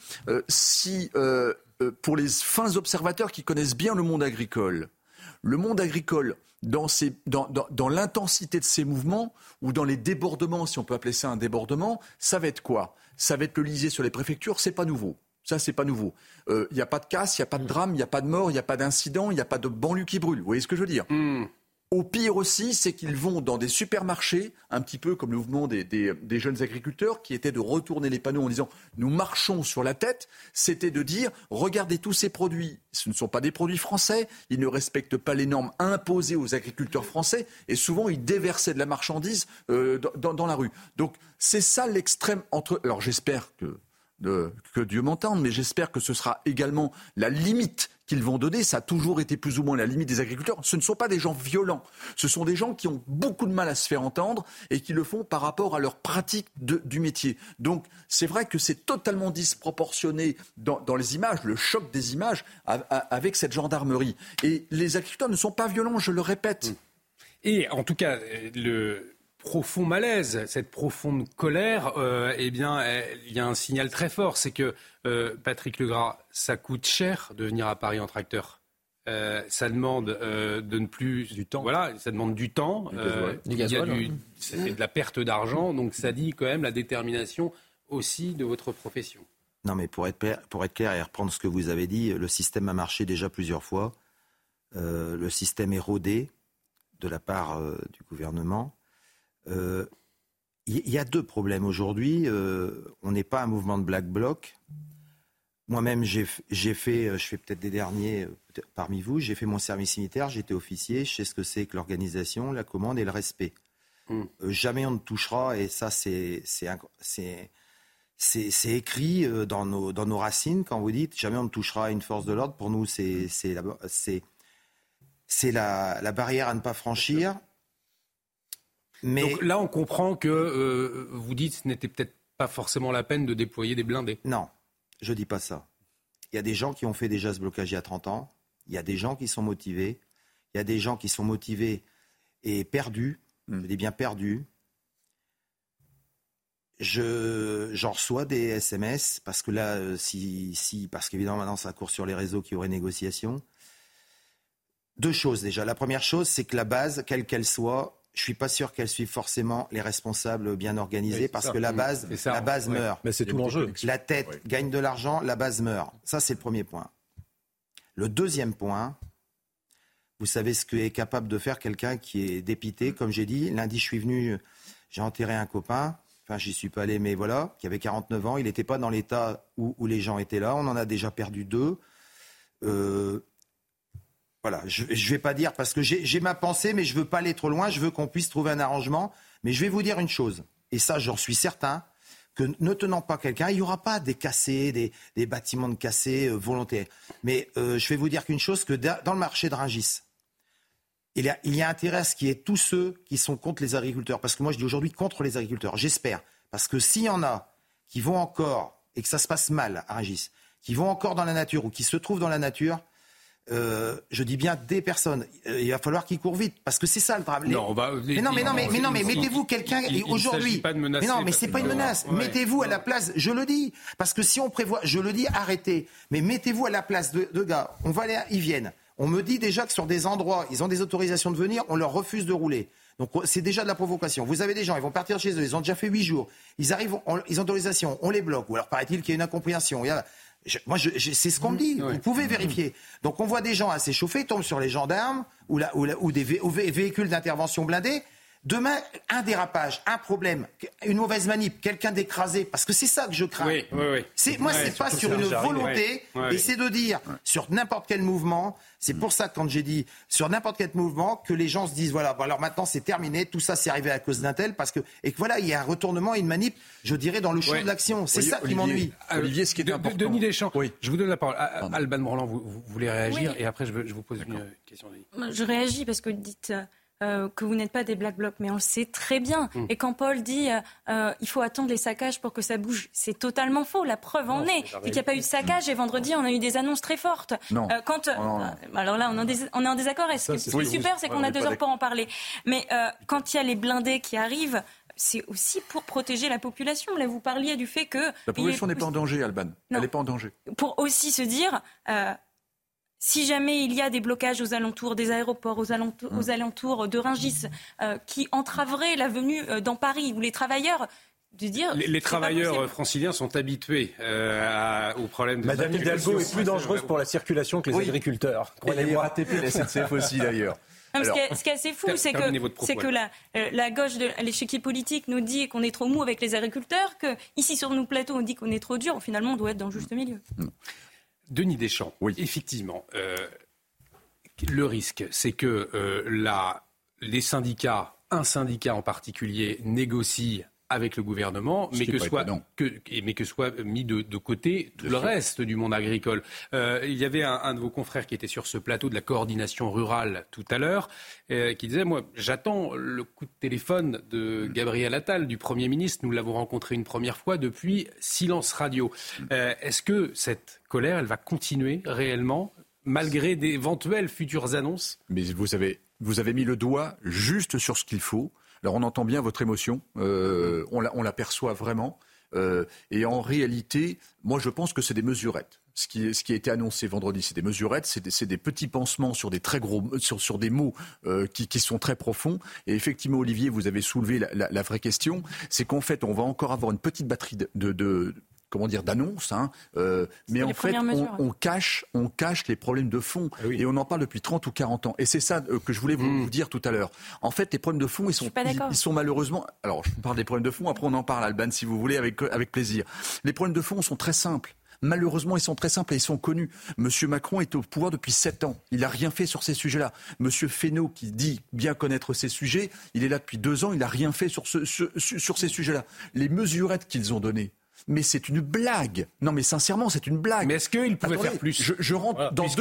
pour les fins observateurs qui connaissent bien le monde agricole, dans l'intensité de ces mouvements, ou dans les débordements, si on peut appeler ça un débordement, ça va être quoi ? Ça va être le lisé sur les préfectures, c'est pas nouveau. Ça, c'est pas nouveau. Il n'y a pas de casse, il n'y a pas de drame, il n'y a pas de mort, il n'y a pas d'incident, il n'y a pas de banlieue qui brûle. Vous voyez ce que je veux dire ? Au pire aussi, c'est qu'ils vont dans des supermarchés, un petit peu comme le mouvement des jeunes agriculteurs, qui était de retourner les panneaux en disant « nous marchons sur la tête », c'était de dire « regardez tous ces produits, ce ne sont pas des produits français, ils ne respectent pas les normes imposées aux agriculteurs français, et souvent ils déversaient de la marchandise dans la rue ». Donc c'est ça l'extrême entre... Alors j'espère que Dieu m'entende, mais j'espère que ce sera également la limite qu'ils vont donner. Ça a toujours été plus ou moins la limite des agriculteurs. Ce ne sont pas des gens violents. Ce sont des gens qui ont beaucoup de mal à se faire entendre et qui le font par rapport à leur pratique du métier. Donc, c'est vrai que c'est totalement disproportionné dans les images, le choc des images avec cette gendarmerie. Et les agriculteurs ne sont pas violents, je le répète. Et en tout cas, le profond malaise, cette profonde colère, il y a un signal très fort, c'est que Patrick Legras, ça coûte cher de venir à Paris en tracteur. Ça demande de ne plus du temps. Voilà, ça demande du temps. Du gasoil, c'est de la perte d'argent, donc ça dit quand même la détermination aussi de votre profession. Non, mais pour être clair et reprendre ce que vous avez dit, le système a marché déjà plusieurs fois. Le système est rodé de la part du gouvernement. Il y a 2 problèmes aujourd'hui. On n'est pas un mouvement de Black Bloc. Moi-même, je fais peut-être des derniers parmi vous, j'ai fait mon service militaire, j'étais officier, je sais ce que c'est que l'organisation, la commande et le respect. Jamais on ne touchera, et ça c'est écrit dans nos racines, quand vous dites jamais on ne touchera à une force de l'ordre. Pour nous, c'est la barrière à ne pas franchir. Mais... Donc là, on comprend que vous dites que ce n'était peut-être pas forcément la peine de déployer des blindés. Non, je ne dis pas ça. Il y a des gens qui ont fait déjà ce blocage il y a 30 ans. Il y a des gens qui sont motivés. Il y a des gens qui sont motivés et perdus. Je dis bien perdus. J'en reçois des SMS parce que là, parce qu'évidemment maintenant ça court sur les réseaux qu'il y aurait négociation. 2 choses déjà. La première chose, c'est que la base, quelle qu'elle soit, je ne suis pas sûr qu'elle suive forcément les responsables bien organisés, parce que la base meurt. Mais c'est tout l'enjeu. La tête gagne de l'argent, la base meurt. Ça, c'est le premier point. Le deuxième point, vous savez ce qu'est capable de faire quelqu'un qui est dépité. Comme j'ai dit, lundi, je suis venu, j'ai enterré un copain. Enfin, j'y suis pas allé, mais voilà, qui avait 49 ans. Il n'était pas dans l'état où les gens étaient là. On en a déjà perdu 2. Voilà, je ne vais pas dire, parce que j'ai ma pensée, mais je ne veux pas aller trop loin. Je veux qu'on puisse trouver un arrangement. Mais je vais vous dire une chose, et ça, j'en suis certain, que ne tenant pas quelqu'un, il n'y aura pas des cassés, des bâtiments de cassés volontaires. Mais je vais vous dire qu'une chose, que dans le marché de Rungis, il y a intérêt à ce qu'il y ait tous ceux qui sont contre les agriculteurs. Parce que moi, je dis aujourd'hui contre les agriculteurs. J'espère. Parce que s'il y en a qui vont encore, et que ça se passe mal à Rungis, qui vont encore dans la nature ou qui se trouvent dans la nature, je dis bien des personnes. Il va falloir qu'ils courent vite, parce que c'est ça le drame. Mais mettez-vous quelqu'un et aujourd'hui. Mais non, mais c'est pas une menace. Ouais. Mettez-vous à la place. Je le dis, parce que si on prévoit, je le dis, arrêtez. Mais mettez-vous à la place de gars. On va aller, ils viennent. On me dit déjà que sur des endroits, ils ont des autorisations de venir, on leur refuse de rouler. Donc c'est déjà de la provocation. Vous avez des gens, ils vont partir chez eux, ils ont déjà fait 8 jours. Ils arrivent, ils ont autorisation, on les bloque. Ou alors paraît-il qu'il y a une incompréhension. C'est ce qu'on me dit. Vous pouvez vérifier. Donc on voit des gens assez chauffés, tombent sur les gendarmes ou des véhicules d'intervention blindés. Demain, un dérapage, un problème, une mauvaise manip, quelqu'un d'écrasé, parce que c'est ça que je crains. Oui. C'est pas sur une volonté, et c'est de dire sur n'importe quel mouvement. C'est pour ça que quand j'ai dit sur n'importe quel mouvement, que les gens se disent voilà, alors maintenant c'est terminé, tout ça c'est arrivé à cause d'un tel, et que voilà, il y a un retournement et une manip, je dirais, dans le champ de l'action. C'est ça qui m'ennuie. Olivier, ce qui est important. Denis Deschamps, je vous donne la parole. Alban Morland, vous voulez réagir, et après je vous pose une question. Je réagis parce que vous dites que vous n'êtes pas des Black Blocs, mais on le sait très bien. Et quand Paul dit il faut attendre les saccages pour que ça bouge, c'est totalement faux. La preuve en est. C'est qu'il n'y a pas eu de saccage, et vendredi, on a eu des annonces très fortes. Alors là, on est en désaccord. Ce qui est super, c'est qu'on a 2 heures pour en parler. Mais quand il y a les blindés qui arrivent, c'est aussi pour protéger la population. Là, vous parliez du fait que... La population n'est pas en danger, Alban. Elle n'est pas en danger. Pour aussi se dire... si jamais il y a des blocages aux alentours des aéroports, aux alentours de Rungis, qui entraveraient la venue dans Paris, où les travailleurs... Les travailleurs franciliens sont habitués aux problèmes de... Madame Hidalgo est plus dangereuse pour la circulation que les agriculteurs. Et les RATP, la SNCF aussi, d'ailleurs. Ce qui est assez fou, c'est que la gauche de l'échiquier politique nous dit qu'on est trop mou avec les agriculteurs, qu'ici sur nos plateaux on dit qu'on est trop dur. Finalement, on doit être dans le juste milieu. Denis Deschamps, effectivement, le risque, c'est que les syndicats, un syndicat en particulier, négocie avec le gouvernement, mais que soit mis de côté tout le reste du monde agricole. Il y avait un de vos confrères qui était sur ce plateau de la coordination rurale tout à l'heure, qui disait, moi, j'attends le coup de téléphone de Gabriel Attal, du Premier ministre. Nous l'avons rencontré une première fois depuis Silence Radio. Est-ce que cette colère, elle va continuer réellement, malgré d'éventuelles futures annonces ? Mais vous avez mis le doigt juste sur ce qu'il faut. Alors on entend bien votre émotion, on l'aperçoit vraiment. Et en réalité, moi je pense que c'est des mesurettes. Ce qui a été annoncé vendredi, c'est des mesurettes, c'est des petits pansements sur des très gros, sur des mots qui sont très profonds. Et effectivement, Olivier, vous avez soulevé la vraie question, c'est qu'en fait, on va encore avoir une petite batterie d'annonces, mais en fait, on cache les problèmes de fond. Et on en parle depuis 30 ou 40 ans. Et c'est ça que je voulais vous dire tout à l'heure. En fait, les problèmes de fond, ils sont malheureusement... Alors, je parle des problèmes de fond, après on en parle, Alban, si vous voulez, avec plaisir. Les problèmes de fond sont très simples. Malheureusement, ils sont très simples et ils sont connus. Monsieur Macron est au pouvoir depuis 7 ans. Il n'a rien fait sur ces sujets-là. Monsieur Fesneau, qui dit bien connaître ces sujets, il est là depuis 2 ans, il n'a rien fait sur ces sujets-là. Les mesurettes qu'ils ont données, mais c'est une blague. Non, mais sincèrement, c'est une blague. Mais est-ce qu'il pouvait faire plus ? Je rentre dans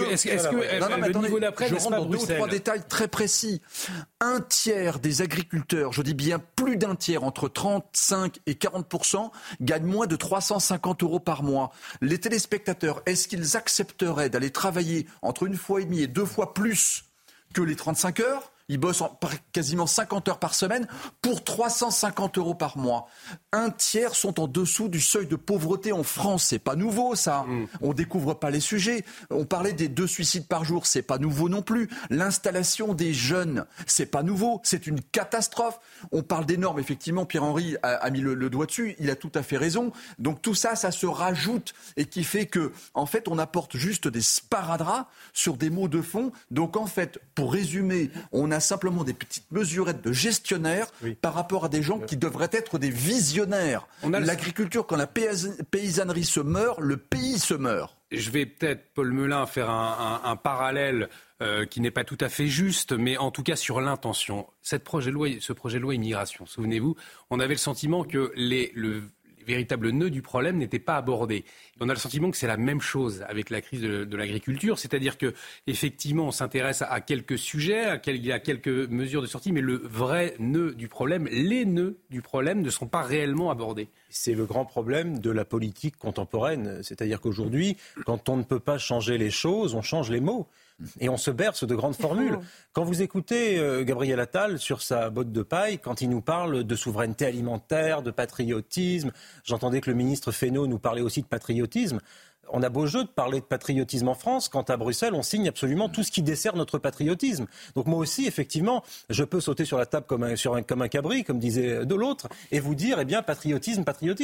deux ou trois détails très précis. 1/3 des agriculteurs, je dis bien plus d'1/3, entre 35 et 40%, gagnent moins de 350 € par mois. Les téléspectateurs, est-ce qu'ils accepteraient d'aller travailler entre 1,5 fois et 2 fois plus que les 35 heures ? Ils bossent quasiment 50 heures par semaine pour 350 € par mois. Un tiers sont en dessous du seuil de pauvreté en France. C'est pas nouveau, ça. On découvre pas les sujets. On parlait des 2 suicides par jour. C'est pas nouveau non plus. L'installation des jeunes, c'est pas nouveau. C'est une catastrophe. On parle des normes. Effectivement, Pierre-Henri a mis le doigt dessus. Il a tout à fait raison. Donc tout ça, ça se rajoute et qui fait que, en fait, on apporte juste des sparadraps sur des mots de fond. Donc en fait, pour résumer, on a simplement des petites mesurettes de gestionnaires par rapport à des gens qui devraient être des visionnaires. L'agriculture, quand la paysannerie se meurt, le pays se meurt. Je vais peut-être, Paul Melun, faire un parallèle qui n'est pas tout à fait juste, mais en tout cas sur l'intention. Ce projet de loi immigration, souvenez-vous, on avait le sentiment que le véritable nœud du problème n'était pas abordé. On a le sentiment que c'est la même chose avec la crise de l'agriculture, c'est-à-dire que effectivement on s'intéresse à quelques sujets, il y a quelques mesures de sortie, mais le vrai nœud du problème, les nœuds du problème ne sont pas réellement abordés. C'est le grand problème de la politique contemporaine, c'est-à-dire qu'aujourd'hui, quand on ne peut pas changer les choses, on change les mots. Et on se berce de grandes formules. Quand vous écoutez Gabriel Attal sur sa botte de paille, quand il nous parle de souveraineté alimentaire, de patriotisme, j'entendais que le ministre Fesneau nous parlait aussi de patriotisme. On a beau jeu de parler de patriotisme en France, quand à Bruxelles, on signe absolument tout ce qui dessert notre patriotisme. Donc moi aussi, effectivement, je peux sauter sur la table comme un cabri, comme disait de l'autre, et vous dire, patriotisme.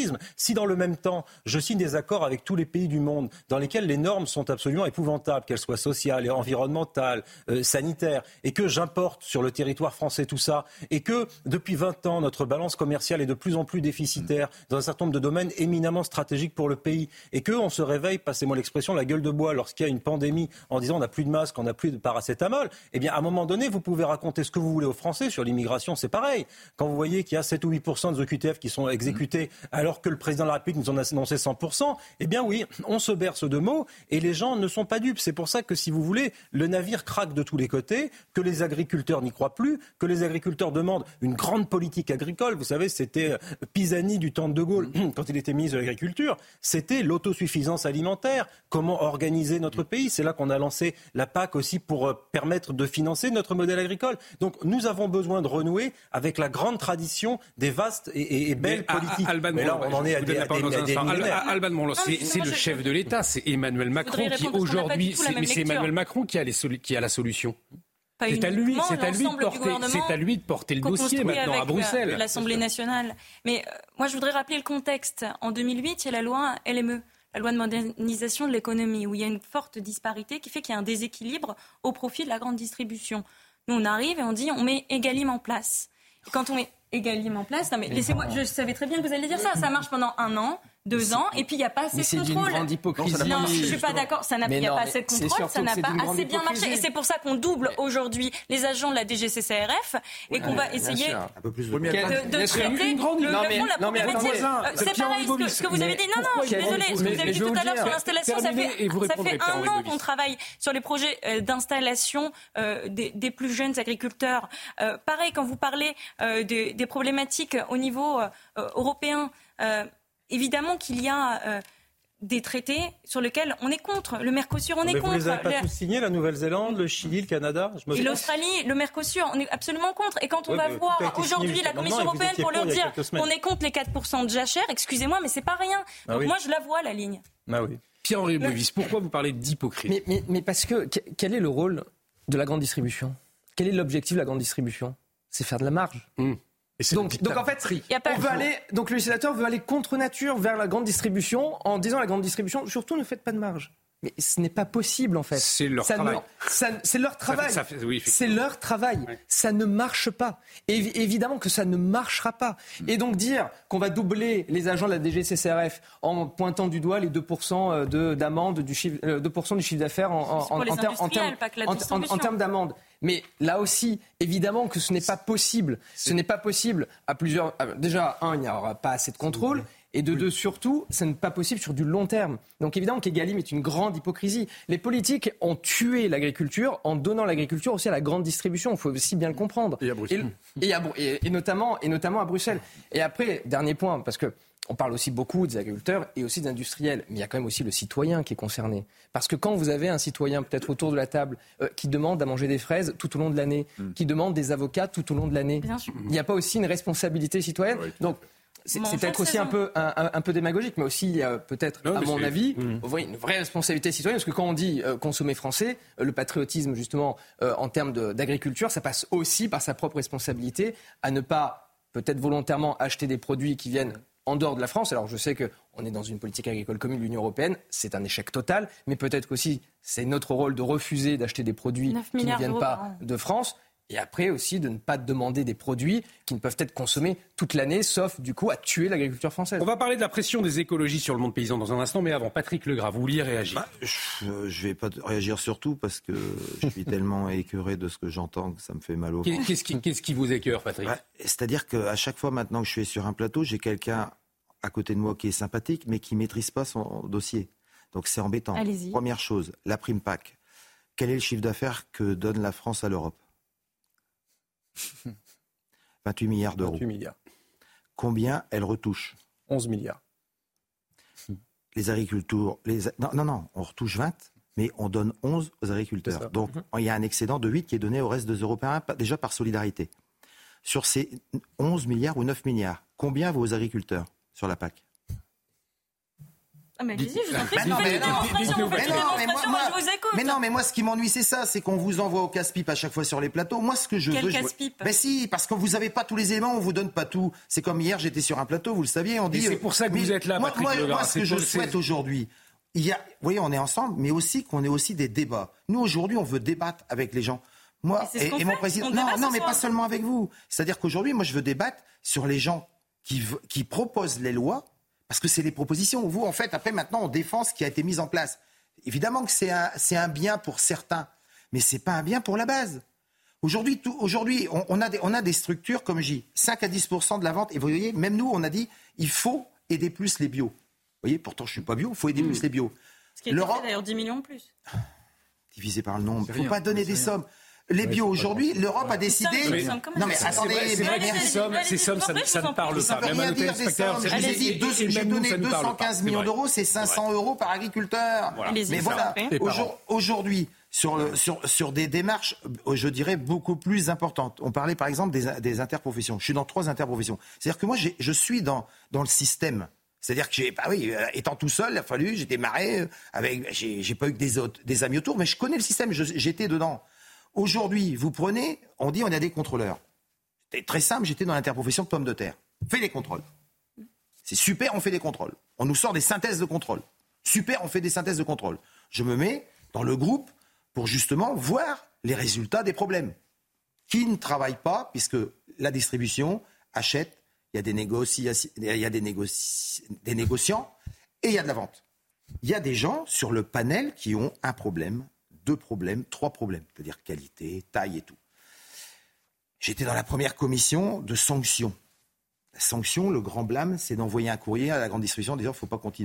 Si dans le même temps, je signe des accords avec tous les pays du monde, dans lesquels les normes sont absolument épouvantables, qu'elles soient sociales et environnementales, sanitaires, et que j'importe sur le territoire français tout ça, et que depuis 20 ans, notre balance commerciale est de plus en plus déficitaire dans un certain nombre de domaines éminemment stratégiques pour le pays, et qu'on se réveille, passez-moi l'expression, la gueule de bois lorsqu'il y a une pandémie en disant on n'a plus de masques, on n'a plus de paracétamol, à un moment donné, vous pouvez raconter ce que vous voulez aux Français sur l'immigration, c'est pareil. Quand vous voyez qu'il y a 7 ou 8% des OQTF qui sont exécutés alors que le président de la République nous en a annoncé 100%, oui, on se berce de mots et les gens ne sont pas dupes. C'est pour ça que, si vous voulez, le navire craque de tous les côtés, que les agriculteurs n'y croient plus, que les agriculteurs demandent une grande politique agricole. Vous savez, c'était Pisani du temps de Gaulle, quand il était ministre de l'Agriculture, c'était l'autosuffisance alimentaire. Comment organiser notre pays? C'est là qu'on a lancé la PAC aussi pour permettre de financer notre modèle agricole. Donc nous avons besoin de renouer avec la grande tradition des vastes et belles politiques. Mais là, on en est à des millénaires. Alban Morlot, c'est le chef de l'État, c'est Emmanuel Macron qui aujourd'hui, c'est Emmanuel Macron qui a la solution. C'est à lui de porter le dossier maintenant à Bruxelles. L'Assemblée nationale. Mais moi, je voudrais rappeler le contexte. En 2008, il y a la loi LME. La loi de modernisation de l'économie, où il y a une forte disparité qui fait qu'il y a un déséquilibre au profit de la grande distribution. Nous, on arrive et on dit on met Egalim en place. Et quand on met Egalim en place, laissez-moi, je savais très bien que vous alliez dire ça. Ça marche pendant 1 an, 2 ans, et puis il n'y a pas assez de contrôle. C'est grande hypocrisie. Non, je ne suis pas d'accord. Il n'y a pas assez de contrôle, ça n'a pas assez bien marché. Et c'est pour ça qu'on double aujourd'hui les agents de la DGCCRF et qu'on va essayer de traiter le fond de la problématique. C'est pareil ce que vous avez dit. Non, je suis désolée. Ce que vous avez dit tout à l'heure sur l'installation, ça fait 1 an qu'on travaille sur les projets d'installation des plus jeunes agriculteurs. Pareil, quand vous parlez des problématiques au niveau européen, évidemment qu'il y a des traités sur lesquels on est contre. Le Mercosur, on est contre. Vous les avez pas tous signés, la Nouvelle-Zélande, le Chili, le Canada? Et l'Australie, le Mercosur, on est absolument contre. Et quand on va voir aujourd'hui la Commission européenne pour leur dire qu'on est contre les 4% de jachère, excusez-moi, mais c'est pas rien. Donc moi, je la vois, la ligne. Pierre-Henri Bovis, pourquoi vous parlez d'hypocrisie? Mais parce que quel est le rôle de la grande distribution? Quel est l'objectif de la grande distribution? C'est faire de la marge. Donc en fait, donc le législateur veut aller contre nature vers la grande distribution en disant à la grande distribution, surtout ne faites pas de marge. Mais ce n'est pas possible en fait. C'est leur travail. C'est leur travail. C'est leur travail. Ouais. Ça ne marche pas. Et évidemment que ça ne marchera pas. Et donc dire qu'on va doubler les agents de la DGCCRF en pointant du doigt les 2% d'amende du chiffre, 2% du chiffre d'affaires en termes d'amende. Mais là aussi, évidemment que ce n'est pas possible. Ce n'est pas possible à plusieurs. Déjà, il n'y aura pas assez de contrôle. Et de deux, surtout, ce n'est pas possible sur du long terme. Donc évidemment qu'Egalim est une grande hypocrisie. Les politiques ont tué l'agriculture en donnant l'agriculture aussi à la grande distribution. Il faut aussi bien le comprendre. Et à Bruxelles. Et notamment à Bruxelles. Et après, dernier point, parce que on parle aussi beaucoup des agriculteurs et aussi des industriels, mais il y a quand même aussi le citoyen qui est concerné. Parce que quand vous avez un citoyen peut-être autour de la table qui demande à manger des fraises tout au long de l'année, qui demande des avocats tout au long de l'année, il n'y a pas aussi une responsabilité citoyenne. Donc c'est peut-être aussi un peu démagogique, mais aussi il y a peut-être, à mon avis, une vraie responsabilité citoyenne. Parce que quand on dit consommer français, le patriotisme justement en termes d'agriculture, ça passe aussi par sa propre responsabilité à ne pas peut-être volontairement acheter des produits qui viennent en dehors de la France. Alors je sais qu'on est dans une politique agricole commune de l'Union européenne, c'est un échec total, mais peut-être qu'aussi c'est notre rôle de refuser d'acheter des produits qui ne viennent pas de France. Et après aussi de ne pas demander des produits qui ne peuvent être consommés toute l'année, sauf du coup à tuer l'agriculture française. On va parler de la pression des écologistes sur le monde paysan dans un instant, mais avant, Patrick Legrave, vous vouliez réagir? Je ne vais pas réagir sur tout parce que je suis tellement écœuré de ce que j'entends que ça me fait mal au ventre. Qu'est-ce qui vous écœure, Patrick? C'est-à-dire qu'à chaque fois maintenant que je suis sur un plateau, j'ai quelqu'un à côté de moi qui est sympathique mais qui ne maîtrise pas son dossier. Donc c'est embêtant. Allez-y. Première chose, la prime PAC. Quel est le chiffre d'affaires que donne la France à l'Europe? 28 milliards d'euros. 28 milliards. Combien elle retouche? 11 milliards. Les agriculteurs... Non, on retouche 20, mais on donne 11 aux agriculteurs. Donc, il y a un excédent de 8 qui est donné au reste des Européens, déjà par solidarité. Sur ces 11 milliards ou 9 milliards, combien vont aux agriculteurs sur la PAC? Mais allez-y, je vous en prie. Mais non, mais moi, ce qui m'ennuie, c'est ça, c'est qu'on vous envoie au casse-pipe à chaque fois sur les plateaux. Moi, ce que je veux... Quel casse-pipe? Ben si, parce que vous n'avez pas tous les éléments, on vous donne pas tout. C'est comme hier, j'étais sur un plateau, vous le saviez, on dit... Et c'est pour ça que vous êtes là, Patrick Legrave. Moi, ce que je souhaite aujourd'hui, vous voyez, on est ensemble, mais aussi qu'on ait aussi des débats. Nous, aujourd'hui, on veut débattre avec les gens. Moi et mon président... Non, mais pas seulement avec vous. C'est-à-dire qu'aujourd'hui, moi, je veux débattre sur les gens qui proposent les lois. Parce que c'est les propositions. Vous, en fait, après, maintenant, on défend ce qui a été mis en place. Évidemment que c'est un bien pour certains, mais ce n'est pas un bien pour la base. Aujourd'hui, on a des structures, comme je dis, 5 à 10% de la vente. Et vous voyez, même nous, on a dit, il faut aider plus les bio. Vous voyez, pourtant, je ne suis pas bio, il faut aider plus les bio. Ce qui est fait, d'ailleurs, 10 millions de plus. Divisé par le nombre. Il ne faut pas donner des sommes. Les bio aujourd'hui, l'Europe a décidé... Non mais attendez, c'est vrai que ces sommes, ça ne parle pas. Même à nos téléspectateurs, j'ai donné 215 millions d'euros, c'est 500 euros par agriculteur. Mais voilà, aujourd'hui, sur des démarches, je dirais, beaucoup plus importantes. On parlait par exemple des interprofessions. Je suis dans 3 interprofessions. C'est-à-dire que moi, je suis dans le système. C'est-à-dire que étant tout seul, il a fallu, j'étais marré, j'ai pas eu que des amis autour, mais je connais le système, j'étais dedans. Aujourd'hui, vous prenez, on dit on a des contrôleurs. C'était très simple, j'étais dans l'interprofession de pommes de terre. Fais les contrôles. C'est super, on fait des contrôles. On nous sort des synthèses de contrôle. Super, on fait des synthèses de contrôle. Je me mets dans le groupe pour justement voir les résultats des problèmes. Qui ne travaille pas, puisque la distribution achète, il y a des négociants et il y a de la vente. Il y a des gens sur le panel qui ont un problème, 2 problèmes, 3 problèmes, c'est-à-dire qualité, taille et tout. J'étais dans la première commission de sanctions. La sanction, le grand blâme, c'est d'envoyer un courrier à la grande distribution en disant « il ne faut pas continuer ».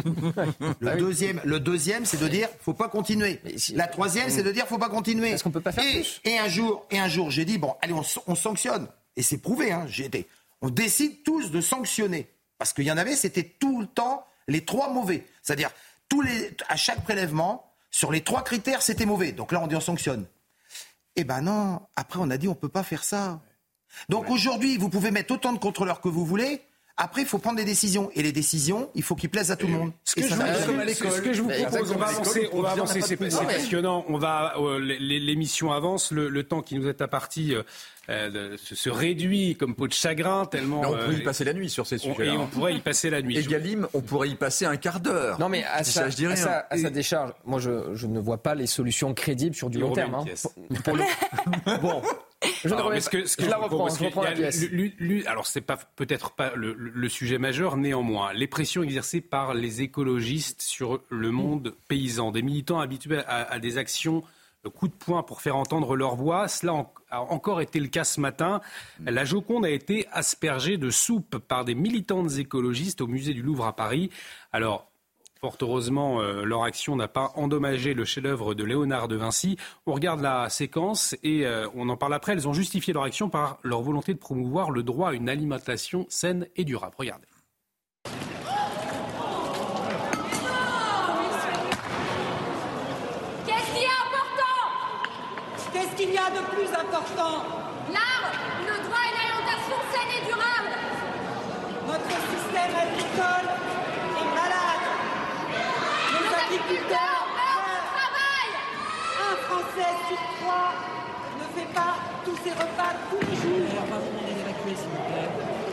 Le deuxième, c'est de dire « il ne faut pas continuer ». La troisième, c'est de dire « il ne faut pas continuer ». Est-ce qu'on peut pas faire plus ? Et un jour, j'ai dit « bon, allez, on sanctionne ». Et c'est prouvé, on décide tous de sanctionner. Parce qu'il y en avait, c'était tout le temps les 3 mauvais. C'est-à-dire, à chaque prélèvement, sur les 3 critères, c'était mauvais. Donc là, on dit on sanctionne. Eh ben non, après on a dit on ne peut pas faire ça. Donc aujourd'hui, vous pouvez mettre autant de contrôleurs que vous voulez. Après, il faut prendre des décisions. Et les décisions, il faut qu'ils plaisent à tout le monde. Ce que je vous propose, on va avancer, c'est passionnant. L'émission avance, le temps qui nous est imparti se réduit comme peau de chagrin tellement... Mais on pourrait y passer la nuit sur ces sujets-là. Et on pourrait y passer la nuit. Et Galim, on pourrait y passer un quart d'heure. Non mais à sa décharge, moi je ne vois pas les solutions crédibles sur du long terme. Bon... Je reprends la pièce. Alors, c'est peut-être pas le sujet majeur, néanmoins. Les pressions exercées par les écologistes sur le monde paysan. Des militants habitués à des actions coup de poing pour faire entendre leur voix. Cela a encore été le cas ce matin. La Joconde a été aspergée de soupe par des militantes écologistes au musée du Louvre à Paris. Alors, fort heureusement, leur action n'a pas endommagé le chef-d'œuvre de Léonard de Vinci. On regarde la séquence et on en parle après. Elles ont justifié leur action par leur volonté de promouvoir le droit à une alimentation saine et durable. Regardez. Qu'est-ce qu'il y a de plus important? L'art, le droit à une alimentation saine et durable. Notre système agricole est malade. Nos agriculteurs meurent au travail. Un Français sur 3 ne fait pas tous ses repas tous les jours. On va vous demander d'évacuer, s'il vous plaît.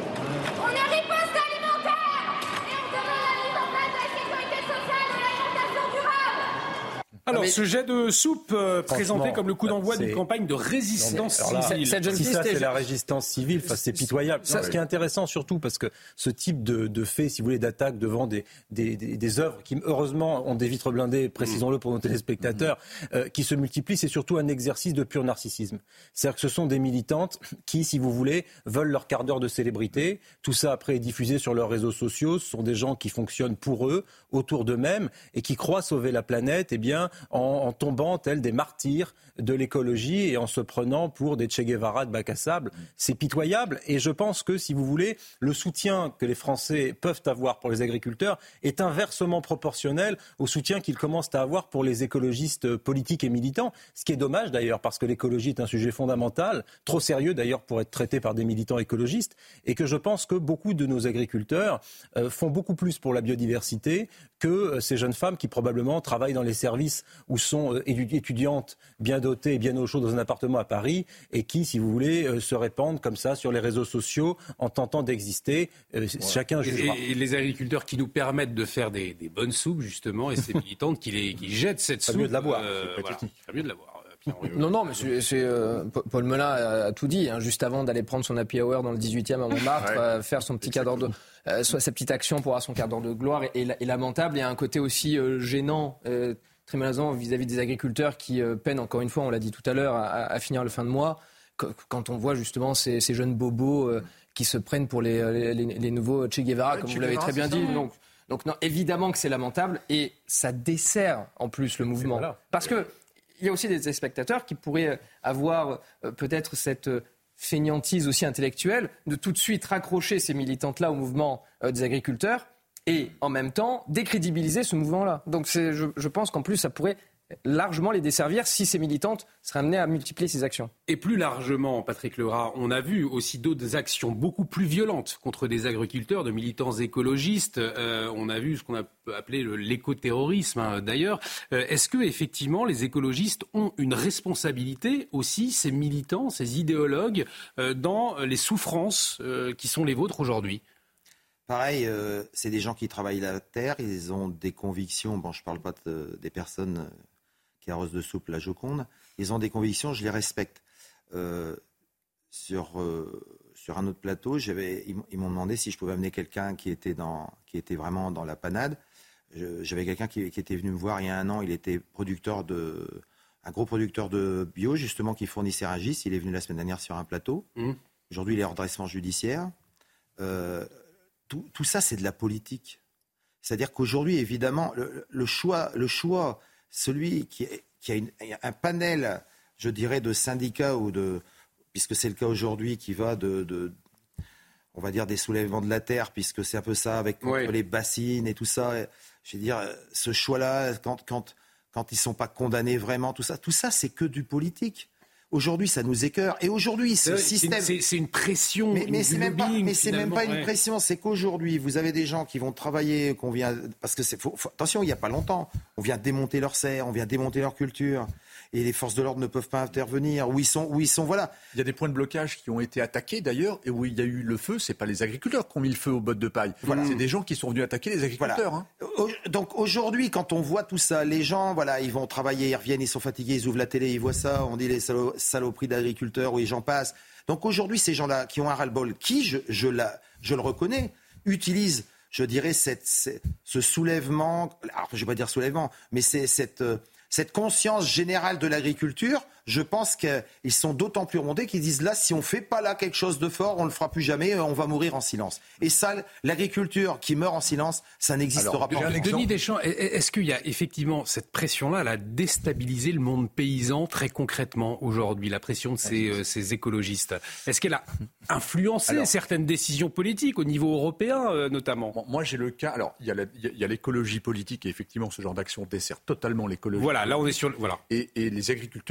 On est riposte alimentaire et on demande la mise en place de la sécurité sociale et de l'alimentation durable. Alors, ce jet de soupe présenté comme le coup d'envoi d'une campagne de résistance civile. Si ça, c'est la résistance civile, c'est pitoyable. Ce qui est intéressant surtout, parce que ce type de fait, si vous voulez, d'attaque devant des œuvres qui, heureusement, ont des vitres blindées, précisons-le pour nos téléspectateurs, qui se multiplient, c'est surtout un exercice de pur narcissisme. C'est-à-dire que ce sont des militantes qui, si vous voulez, veulent leur quart d'heure de célébrité. Tout ça, après, est diffusé sur leurs réseaux sociaux. Ce sont des gens qui fonctionnent pour eux, autour d'eux-mêmes, et qui croient sauver la planète, eh bien, en tombant tels des martyrs de l'écologie et en se prenant pour des Che Guevara de bac à sable. C'est pitoyable et je pense que, si vous voulez, le soutien que les Français peuvent avoir pour les agriculteurs est inversement proportionnel au soutien qu'ils commencent à avoir pour les écologistes politiques et militants. Ce qui est dommage d'ailleurs, parce que l'écologie est un sujet fondamental, trop sérieux d'ailleurs pour être traité par des militants écologistes, et que je pense que beaucoup de nos agriculteurs font beaucoup plus pour la biodiversité que ces jeunes femmes qui probablement travaillent dans les services ou sont étudiantes bien dotées et bien au chaud dans un appartement à Paris et qui, si vous voulez, se répandent comme ça sur les réseaux sociaux en tentant d'exister. Chacun jugera. Et les agriculteurs qui nous permettent de faire des bonnes soupes, justement, et ces militantes qui jettent cette soupe. C'est mieux de la boire. C'est mieux de la boire. Non, mais Paul Melun a tout dit. Juste avant d'aller prendre son happy hour dans le 18e à Montmartre, faire son petit quart d'heure de... sa petite action pour avoir son quart d'heure de gloire est lamentable. Il y a un côté aussi gênant, très malaisant vis-à-vis des agriculteurs qui peinent, encore une fois, on l'a dit tout à l'heure, à finir le fin de mois. Quand on voit justement ces jeunes bobos qui se prennent pour les nouveaux Che Guevara, comme vous l'avez très bien dit. Donc non, évidemment que c'est lamentable et ça dessert en plus le mouvement. Parce que il y a aussi des spectateurs qui pourraient avoir peut-être cette fainéantise aussi intellectuelle de tout de suite raccrocher ces militantes-là au mouvement des agriculteurs et en même temps décrédibiliser ce mouvement-là. Donc je pense qu'en plus ça pourrait largement les desservir si ces militantes seraient amenées à multiplier ces actions. Et plus largement, Patrick Lera, on a vu aussi d'autres actions beaucoup plus violentes contre des agriculteurs, de militants écologistes. On a vu ce qu'on a appelé l'écoterrorisme, d'ailleurs. Est-ce que effectivement les écologistes ont une responsabilité aussi, ces militants, ces idéologues, dans les souffrances qui sont les vôtres aujourd'hui ? Pareil, c'est des gens qui travaillent la terre, ils ont des convictions. Bon, je ne parle pas des personnes qui arrosent de soupe la Joconde. Ils ont des convictions, je les respecte. Sur un autre plateau, ils m'ont demandé si je pouvais amener quelqu'un qui était vraiment dans la panade. J'avais quelqu'un qui était venu me voir il y a un an. Il était un gros producteur de bio, justement, qui fournissait Rungis. Il est venu la semaine dernière sur un plateau. Aujourd'hui, il est en redressement judiciaire. Tout ça, c'est de la politique. C'est-à-dire qu'aujourd'hui, évidemment, le choix, celui qui a un panel, je dirais, de syndicats puisque c'est le cas aujourd'hui, qui va on va dire, des soulèvements de la terre, puisque c'est un peu ça, avec les bassines et tout ça. Je veux dire, ce choix-là, quand ils ne sont pas condamnés vraiment, tout ça, c'est que du politique. Aujourd'hui, ça nous écœure. Et aujourd'hui, ce système... C'est une pression, mais c'est même pas une pression. C'est qu'aujourd'hui, vous avez des gens qui vont travailler, parce que attention, il n'y a pas longtemps, on vient démonter leurs serres, on vient démonter leur culture. Et les forces de l'ordre ne peuvent pas intervenir. Où ils sont, voilà. Il y a des points de blocage qui ont été attaqués d'ailleurs, et où il y a eu le feu. C'est pas les agriculteurs qui ont mis le feu aux bottes de paille. Voilà. C'est des gens qui sont venus attaquer les agriculteurs. Voilà. Donc aujourd'hui, quand on voit tout ça, les gens, voilà, ils vont travailler, ils reviennent, ils sont fatigués, ils ouvrent la télé, ils voient ça, on dit les saloperies d'agriculteurs, oui, j'en passe. Donc aujourd'hui, ces gens-là qui ont un ras-le-bol, qui, je le reconnais, utilisent, je dirais, ce soulèvement. Alors, je vais pas dire soulèvement, mais c'est cette conscience générale de l'agriculture, je pense qu'ils sont d'autant plus remontés qu'ils disent là, si on ne fait pas là quelque chose de fort, on ne le fera plus jamais, on va mourir en silence. Et ça, l'agriculture qui meurt en silence, ça n'existera pas. Denis Deschamps, est-ce qu'il y a effectivement cette pression-là, elle a déstabilisé le monde paysan très concrètement aujourd'hui, la pression de ces écologistes? Est-ce qu'elle a influencé certaines décisions politiques au niveau européen notamment? Moi, j'ai le cas. Alors, il y a l'écologie politique et effectivement, ce genre d'action dessert totalement l'écologie. Voilà, là on est sur... Voilà. Et les agriculteurs sont les premiers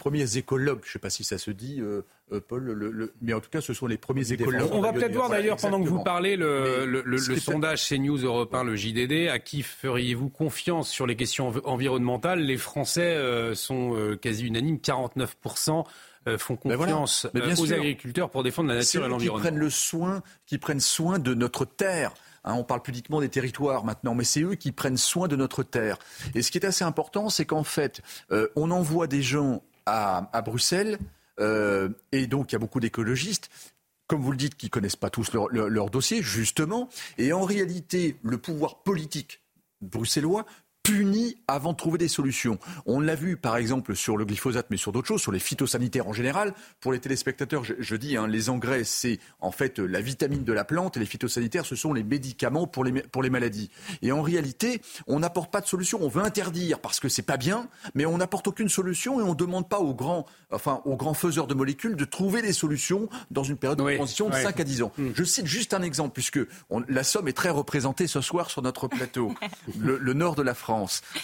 premiers écologues, je ne sais pas si ça se dit, Paul, mais en tout cas, ce sont les premiers écologues. On va peut-être voir d'ailleurs, pendant que vous parlez, le sondage CNews Europe 1, le JDD. À qui feriez-vous confiance sur les questions environnementales ? Les Français sont quasi unanimes, 49%. Font confiance aux agriculteurs pour défendre la nature et l'environnement. Qui prennent soin de notre terre. On parle plus uniquement des territoires maintenant, mais c'est eux qui prennent soin de notre terre. Et ce qui est assez important, c'est qu'en fait, on envoie des gens à Bruxelles, et donc il y a beaucoup d'écologistes, comme vous le dites, qui ne connaissent pas tous leur dossier, justement. Et en réalité, le pouvoir politique bruxellois punit avant de trouver des solutions. On l'a vu par exemple sur le glyphosate, mais sur d'autres choses, sur les phytosanitaires en général. Pour les téléspectateurs, je dis, les engrais, c'est en fait la vitamine de la plante, et les phytosanitaires, ce sont les médicaments pour les maladies. Et en réalité, on n'apporte pas de solution. On veut interdire parce que c'est pas bien, mais on n'apporte aucune solution et on ne demande pas aux grands faiseurs de molécules de trouver des solutions dans une période de transition de 5 à 10 ans. Je cite juste un exemple, puisque la Somme est très représentée ce soir sur notre plateau, le nord de la France.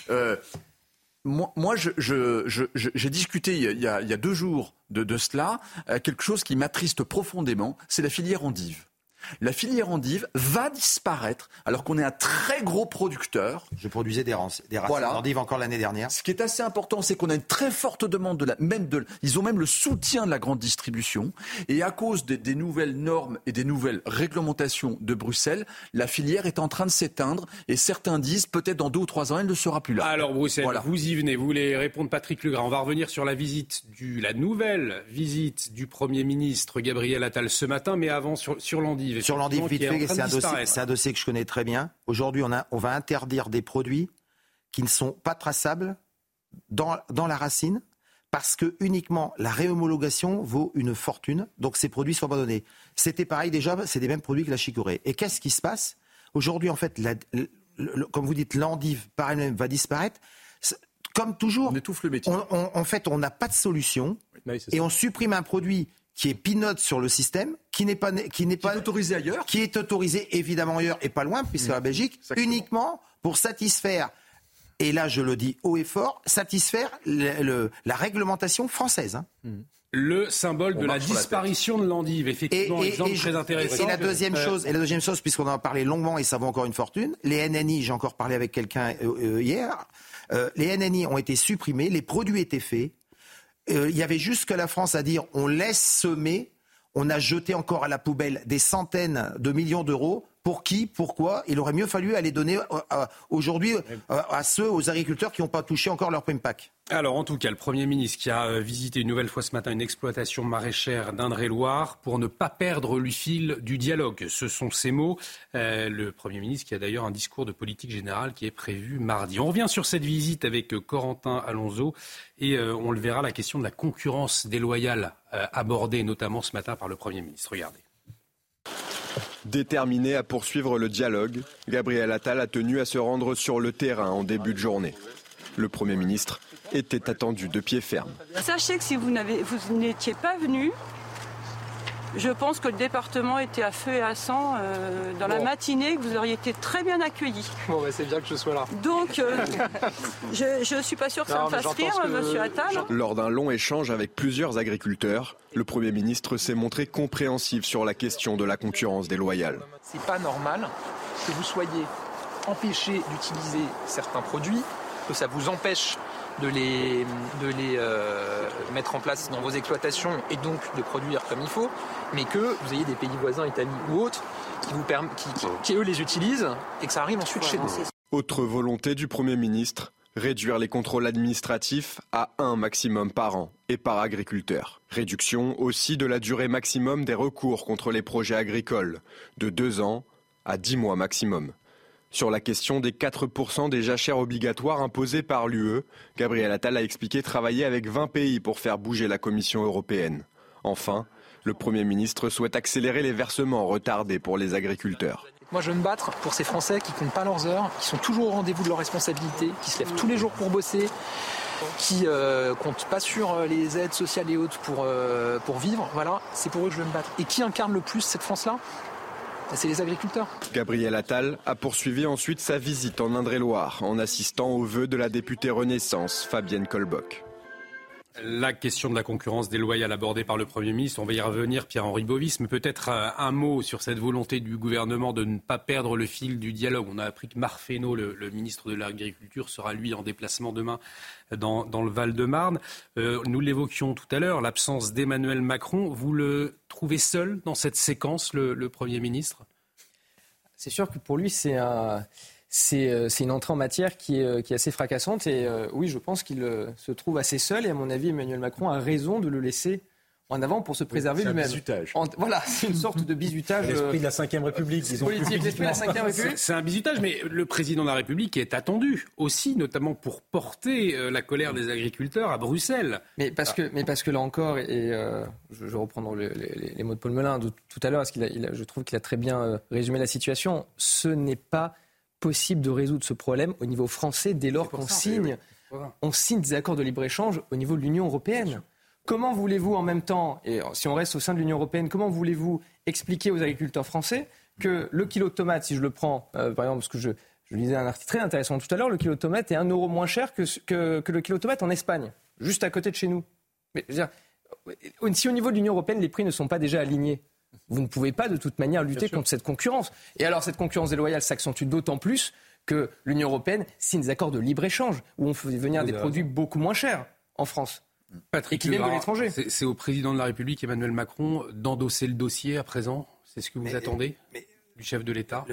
Moi, j'ai discuté il y a 2 jours de cela, quelque chose qui m'attriste profondément, c'est la filière endive. La filière endive va disparaître alors qu'on est un très gros producteur. Je produisais des racines d'endive encore l'année dernière. Ce qui est assez important, c'est qu'on a une très forte demande ils ont même le soutien de la grande distribution. Et à cause des nouvelles normes et des nouvelles réglementations de Bruxelles, la filière est en train de s'éteindre. Et certains disent peut-être dans 2 ou 3 ans, elle ne sera plus là. Alors Bruxelles, vous y venez. Vous voulez répondre, Patrick Legras. On va revenir sur la nouvelle visite du Premier ministre Gabriel Attal ce matin, mais avant sur l'endive. Sur l'endive, vite fait, c'est un dossier que je connais très bien. Aujourd'hui, on va interdire des produits qui ne sont pas traçables dans la racine parce que uniquement la réhomologation vaut une fortune. Donc ces produits sont abandonnés. C'était pareil déjà, c'est les mêmes produits que la chicorée. Et qu'est-ce qui se passe ? Aujourd'hui, en fait, comme vous dites, l'endive par elle-même va disparaître. Comme toujours, on étouffe le métier. En fait, on n'a pas de solution et on supprime un produit qui est peanut sur le système, qui n'est pas autorisé ailleurs, qui est autorisé évidemment ailleurs et pas loin, puisque la Belgique, uniquement pour satisfaire, et là je le dis haut et fort, satisfaire la réglementation française. Le symbole de la disparition de l'endive, effectivement, exemple très intéressant. Et la deuxième chose, puisqu'on en a parlé longuement et ça vaut encore une fortune, les NNI, j'ai encore parlé avec quelqu'un hier, les NNI ont été supprimés, les produits étaient faits. Il y avait juste que la France à dire on laisse semer, on a jeté encore à la poubelle des centaines de millions d'euros. Pour qui ? Pourquoi ? Il aurait mieux fallu aller donner aujourd'hui aux agriculteurs qui n'ont pas touché encore leur prime PAC. Alors en tout cas, le Premier ministre qui a visité une nouvelle fois ce matin une exploitation maraîchère d'Indre-et-Loire pour ne pas perdre le fil du dialogue. Ce sont ses mots. Le Premier ministre qui a d'ailleurs un discours de politique générale qui est prévu mardi. On revient sur cette visite avec Corentin Alonso et on le verra, la question de la concurrence déloyale abordée notamment ce matin par le Premier ministre. Regardez. Déterminé à poursuivre le dialogue, Gabriel Attal a tenu à se rendre sur le terrain en début de journée. Le Premier ministre était attendu de pied ferme. Sachez que si vous n'étiez pas venu, je pense que le département était à feu et à sang dans la matinée, que vous auriez été très bien accueillis. Bon, c'est bien que je sois là. Donc, je ne suis pas sûr que ça me fasse rire, monsieur Attal. Lors d'un long échange avec plusieurs agriculteurs, le Premier ministre s'est montré compréhensif sur la question de la concurrence déloyale. C'est pas normal que vous soyez empêché d'utiliser certains produits, que ça vous empêche de les mettre en place dans vos exploitations et donc de produire comme il faut, mais que vous ayez des pays voisins, Italie ou autres, qui eux les utilisent et que ça arrive ensuite chez nous. Autre volonté du Premier ministre, réduire les contrôles administratifs à 1 maximum par an et par agriculteur. Réduction aussi de la durée maximum des recours contre les projets agricoles, de 2 ans à 10 mois maximum. Sur la question des 4% des jachères obligatoires imposées par l'UE, Gabriel Attal a expliqué travailler avec 20 pays pour faire bouger la Commission européenne. Enfin, le Premier ministre souhaite accélérer les versements retardés pour les agriculteurs. Moi, je veux me battre pour ces Français qui comptent pas leurs heures, qui sont toujours au rendez-vous de leurs responsabilités, qui se lèvent tous les jours pour bosser, qui comptent pas sur les aides sociales et autres pour vivre. Voilà, c'est pour eux que je veux me battre. Et qui incarne le plus cette France-là ? C'est les agriculteurs. Gabriel Attal a poursuivi ensuite sa visite en Indre-et-Loire en assistant aux vœux de la députée Renaissance, Fabienne Colbock. La question de la concurrence déloyale abordée par le Premier ministre, on va y revenir, Pierre-Henri Bovis, mais peut-être un mot sur cette volonté du gouvernement de ne pas perdre le fil du dialogue. On a appris que Marc Fesneau, le ministre de l'Agriculture, sera lui en déplacement demain dans le Val-de-Marne. Nous l'évoquions tout à l'heure, l'absence d'Emmanuel Macron. Vous le trouvez seul dans cette séquence, le Premier ministre ? C'est sûr que pour lui, c'est une entrée en matière qui est assez fracassante. Et oui, je pense qu'il se trouve assez seul. Et à mon avis, Emmanuel Macron a raison de le laisser en avant pour se préserver lui-même. C'est un bizutage. Voilà, c'est une sorte de bizutage. L'esprit de la Ve République, disons. L'esprit de la Ve République. C'est un bizutage, mais le président de la République est attendu aussi, notamment pour porter la colère des agriculteurs à Bruxelles. Mais parce que là encore, et je reprends les mots de Paul Melun tout à l'heure, parce je trouve qu'il a très bien résumé la situation. Ce n'est pas possible de résoudre ce problème au niveau français dès lors qu'on signe des accords de libre-échange au niveau de l'Union européenne. Comment voulez-vous en même temps, et si on reste au sein de l'Union européenne, comment voulez-vous expliquer aux agriculteurs français que le kilo de tomate, si je le prends, par exemple, parce que je lisais un article très intéressant tout à l'heure, le kilo de tomate est 1 € moins cher que le kilo de tomate en Espagne, juste à côté de chez nous. Mais je veux dire, si au niveau de l'Union européenne, les prix ne sont pas déjà alignés, vous ne pouvez pas de toute manière lutter contre cette concurrence. Et alors cette concurrence déloyale s'accentue d'autant plus que l'Union européenne signe des accords de libre-échange où on fait venir des produits beaucoup moins chers en France. Patrick et qui viennent de l'étranger. C'est au président de la République, Emmanuel Macron, d'endosser le dossier à présent. C'est ce que vous attendez du chef de l'État.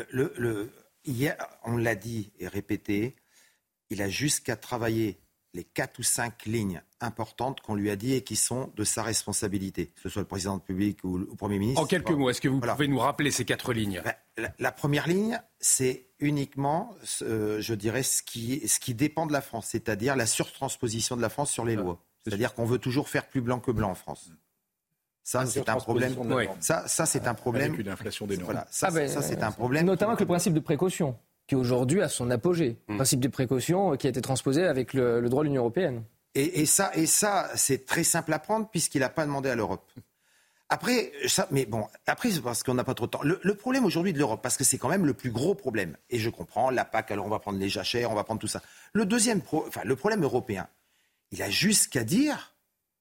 Hier, on l'a dit et répété, il a juste qu'à travailler les 4 ou 5 lignes importantes qu'on lui a dit et qui sont de sa responsabilité, que ce soit le président de la République ou le Premier ministre. En quelques mots, est-ce que vous pouvez nous rappeler ces 4 lignes ? La première ligne, c'est uniquement, je dirais, ce qui dépend de la France, c'est-à-dire la surtransposition de la France sur les lois. C'est-à-dire qu'on veut toujours faire plus blanc que blanc en France. Ça, c'est un problème. Ça, c'est un problème. Avec une inflation des normes. Voilà. Ça, c'est un problème. Notamment avec le principe de précaution, qui aujourd'hui a son apogée. Le principe de précaution qui a été transposé avec le droit de l'Union européenne. Et ça, c'est très simple à prendre puisqu'il n'a pas demandé à l'Europe. Après, c'est parce qu'on n'a pas trop de temps. Le problème aujourd'hui de l'Europe, parce que c'est quand même le plus gros problème, et je comprends, la PAC, alors on va prendre les jachères, on va prendre tout ça. Le problème européen, il a juste qu'à dire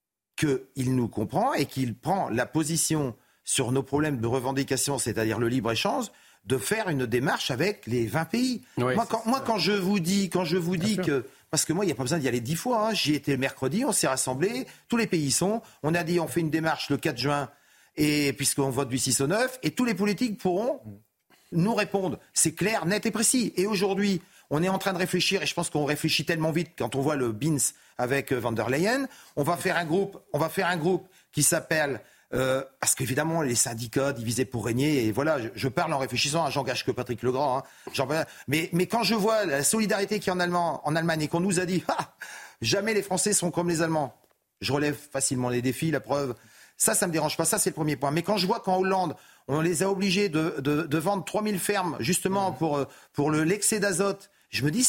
qu'il nous comprend et qu'il prend la position sur nos problèmes de revendication, c'est-à-dire le libre-échange, de faire une démarche avec les 20 pays. Ouais, quand je vous dis que... Parce que moi, il n'y a pas besoin d'y aller 10 fois. J'y étais le mercredi, on s'est rassemblés, tous les pays y sont. On a dit on fait une démarche le 4 juin, et puisqu'on vote du 6 au 9, et tous les politiques pourront nous répondre. C'est clair, net et précis. Et aujourd'hui, on est en train de réfléchir, et je pense qu'on réfléchit tellement vite quand on voit le Beans avec von der Leyen. On va faire un groupe qui s'appelle... parce qu'évidemment, les syndicats divisés pour régner, et voilà, je parle en réfléchissant, j'engage que Patrick Legrand. Mais quand je vois la solidarité qu'il y a en Allemagne et qu'on nous a dit jamais les Français sont comme les Allemands, je relève facilement les défis, la preuve. Ça me dérange pas, ça c'est le premier point. Mais quand je vois qu'en Hollande, on les a obligés de vendre 3000 fermes justement pour l'excès d'azote, je me dis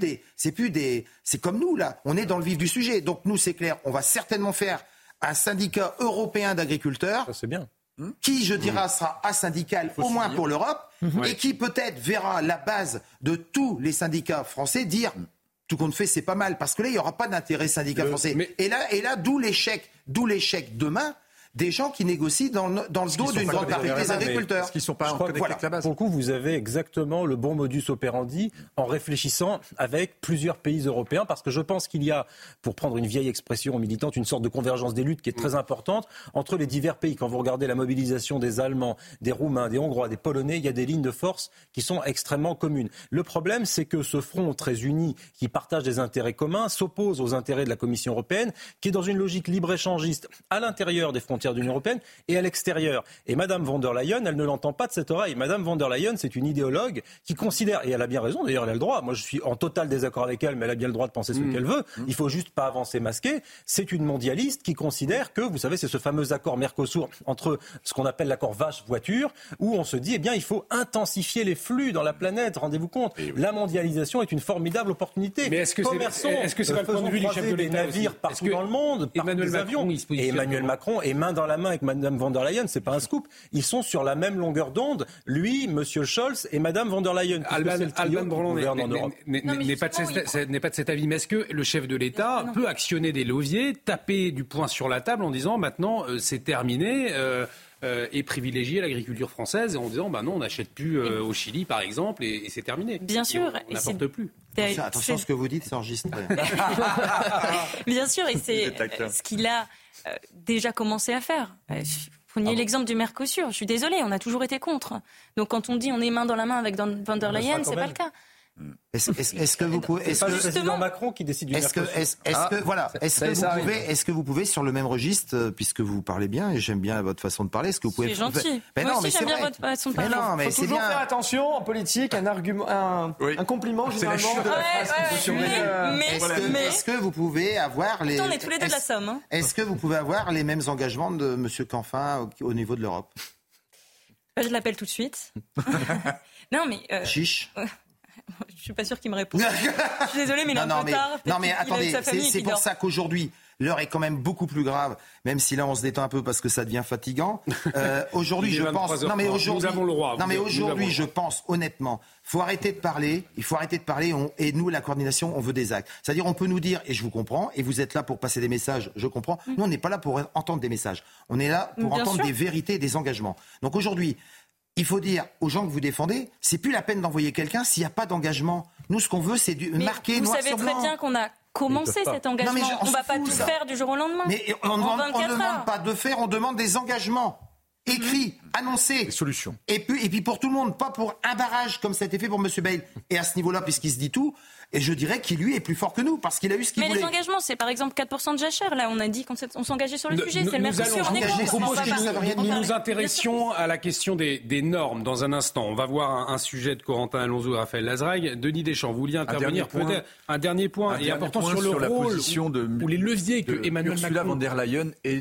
c'est comme nous là, on est dans le vif du sujet. Donc nous c'est clair, on va certainement faire un syndicat européen d'agriculteurs, c'est bien. Qui, je dirais, sera asyndical au moins pour l'Europe, et qui peut-être verra la base de tous les syndicats français dire tout compte fait, c'est pas mal, parce que là, il n'y aura pas d'intérêt syndicat français. Et là, d'où l'échec demain des gens qui négocient dans le dos d'une grande partie des agriculteurs. Qui sont pas en connecté avec la base. Pour le coup, vous avez exactement le bon modus operandi en réfléchissant avec plusieurs pays européens, parce que je pense qu'il y a, pour prendre une vieille expression militante, une sorte de convergence des luttes qui est très importante entre les divers pays. Quand vous regardez la mobilisation des Allemands, des Roumains, des Hongrois, des Polonais, il y a des lignes de force qui sont extrêmement communes. Le problème, c'est que ce front très uni, qui partage des intérêts communs, s'oppose aux intérêts de la Commission européenne, qui est dans une logique libre-échangiste à l'intérieur des frontières de l'Union européenne et à l'extérieur. Et Madame von der Leyen, elle ne l'entend pas de cette oreille. Madame von der Leyen, c'est une idéologue qui considère, et elle a bien raison, d'ailleurs elle a le droit, moi je suis en total désaccord avec elle, mais elle a bien le droit de penser ce qu'elle veut, il faut juste pas avancer masqué, c'est une mondialiste qui considère que, vous savez, c'est ce fameux accord Mercosur entre ce qu'on appelle l'accord vache-voiture, où on se dit, eh bien, il faut intensifier les flux dans la planète, rendez-vous compte. La mondialisation est une formidable opportunité. Mais est-ce que c'est pas le point de vue du chef de l'État des navires partout dans le monde, par des avions. Et Emmanuel Macron est main dans la main avec Mme von der Leyen. C'est pas un scoop. Ils sont sur la même longueur d'onde. Lui, M. Scholz et Mme von der Leyen. Alban Brandon n'est pas de cet avis. Mais est-ce que le chef de l'État peut actionner des leviers, taper du poing sur la table en disant maintenant c'est terminé et privilégier l'agriculture française en disant non, on n'achète plus au Chili par exemple et c'est terminé. Bien sûr. On n'apporte plus. Attention, ce que vous dites, c'est enregistré. Bien sûr, et c'est ce qu'il a déjà commencé à faire. Prenez l'exemple du Mercosur. Je suis désolée, on a toujours été contre. Donc quand on dit on est main dans la main avec von der Leyen, c'est pas le cas. Est-ce que vous pouvez... C'est pas le président Macron qui décide du Mercosur. Est-ce que vous pouvez, sur le même registre, puisque vous parlez bien, et j'aime bien votre façon de parler, est-ce que vous pouvez... C'est gentil. Moi aussi, j'aime bien votre façon de parler. Il faut toujours faire attention en politique, un compliment généralement de la phrase. Est-ce que vous pouvez avoir les... On est tous les deux de la Somme. Est-ce que vous pouvez avoir les mêmes engagements de M. Canfin au niveau de l'Europe ? Je l'appelle tout de suite. Non, mais... Chiche. Je suis pas sûre qu'il me réponde. Je suis désolée, mais il est un peu tard. Non, mais attendez, c'est pour ça qu'aujourd'hui, l'heure est quand même beaucoup plus grave, même si là on se détend un peu parce que ça devient fatigant. Aujourd'hui, je pense. Non, mais aujourd'hui, nous avons le droit. Non, mais aujourd'hui, je pense honnêtement, il faut arrêter de parler. Et nous, la coordination, on veut des actes. C'est-à-dire, on peut nous dire, et je vous comprends, et vous êtes là pour passer des messages, je comprends. Nous, on n'est pas là pour entendre des messages. On est là pour entendre des vérités et des engagements. Donc aujourd'hui, il faut dire aux gens que vous défendez, c'est plus la peine d'envoyer quelqu'un s'il n'y a pas d'engagement. Nous, ce qu'on veut, c'est marquer noir sur blanc. Vous savez très bien qu'on a commencé cet engagement. On ne va pas tout faire du jour au lendemain. Mais on ne demande pas de faire, on demande des engagements écrits, annoncés. Des solutions. Et puis pour tout le monde, pas pour un barrage comme ça a été fait pour M. Bail. Et à ce niveau-là, puisqu'il se dit tout, et je dirais qu'il lui est plus fort que nous, parce qu'il a eu ce qu'il voulait. Mais les engagements, c'est par exemple 4% de jachère. Là, on a dit qu'on s'engageait sur le sujet. C'est le Mercosur. Nous nous intéressions à la question des normes dans un instant. On va voir un sujet de Corentin Alonso et Raphaël Lazrague. Denis Deschamps, vous vouliez intervenir peut-être un dernier point et important sur le rôle ou les leviers que Emmanuel Macron... Ursula von der Leyen et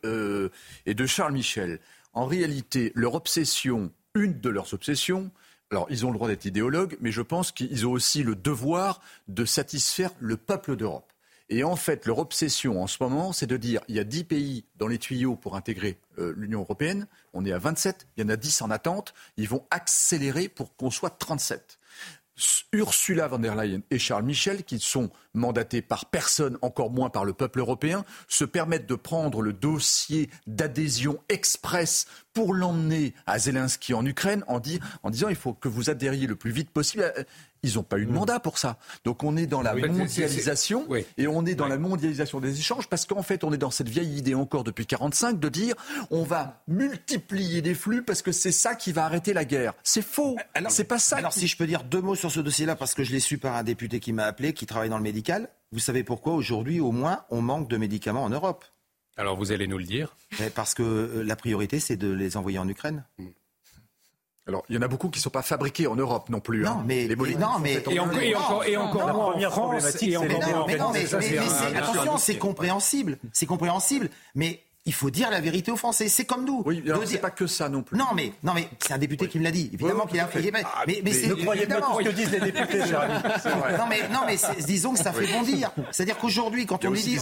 de Charles Michel. En réalité, une de leurs obsessions, alors ils ont le droit d'être idéologues, mais je pense qu'ils ont aussi le devoir de satisfaire le peuple d'Europe. Et en fait, leur obsession en ce moment, c'est de dire il y a 10 pays dans les tuyaux pour intégrer l'Union européenne, on est à 27, il y en a 10 en attente, ils vont accélérer pour qu'on soit 37. Ursula von der Leyen et Charles Michel, qui sont mandatés par personne, encore moins par le peuple européen, se permettent de prendre le dossier d'adhésion express pour l'emmener à Zelensky en Ukraine en disant il faut que vous adhériez le plus vite possible. Ils n'ont pas eu de mandat pour ça. Donc on est dans la mondialisation et on est dans la mondialisation des échanges parce qu'en fait on est dans cette vieille idée encore depuis 1945 de dire on va multiplier les flux parce que c'est ça qui va arrêter la guerre. C'est faux. C'est pas ça. Alors si je peux dire 2 mots sur ce dossier-là parce que je l'ai su par un député qui m'a appelé, qui travaille dans le médical. Vous savez pourquoi aujourd'hui au moins on manque de médicaments en Europe? Alors vous allez nous le dire. Parce que la priorité c'est de les envoyer en Ukraine. Alors, il y en a beaucoup qui ne sont pas fabriqués en Europe non plus. Non, mais encore moins en France. Attention, c'est compréhensible. C'est compréhensible, mais il faut dire la vérité aux Français. C'est comme nous. Oui, c'est pas que ça non plus. Non, mais c'est un député qui me l'a dit. Évidemment qu'il a fait. Mais c'est ne croyez pas tout ce que disent les députés, Jérémy. Non, mais disons que ça fait bondir. C'est-à-dire qu'aujourd'hui, quand on nous dit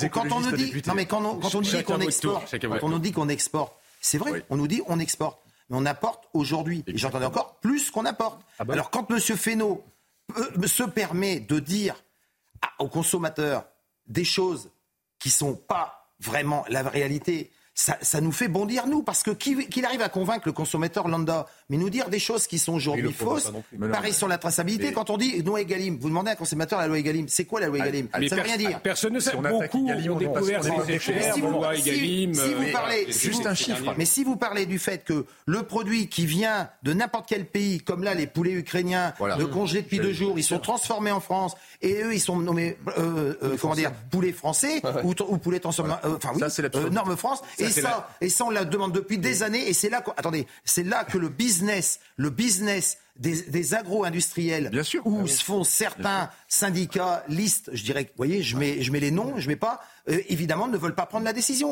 qu'on exporte, c'est vrai. On nous dit on exporte. Mais on apporte aujourd'hui, et j'entendais encore, plus qu'on apporte. Alors quand M. Fesneau se permet de dire aux consommateurs des choses qui ne sont pas vraiment la réalité, ça nous fait bondir, nous, parce que qu'il arrive à convaincre le consommateur lambda, mais nous dire des choses qui sont aujourd'hui fausses, pareil sur la traçabilité, quand on dit loi Egalim, vous demandez à un consommateur la loi Egalim, c'est quoi la loi Egalim? Ça ne veut rien dire. Personne ne sait, beaucoup ont découvert ces effets de loi Egalim. Juste un chiffre. Mais si vous parlez du fait que le produit qui vient de n'importe quel pays, comme là les poulets ukrainiens, de congelés depuis 2 jours, ils sont transformés en France, et eux ils sont nommés poulets français, ou poulets transformés, norme France. Et ça, on la demande depuis des années. Et c'est là que le business des agro-industriels, où se font certains syndicats, listes, je dirais, vous voyez, je mets les noms, je mets pas, évidemment, ne veulent pas prendre la décision.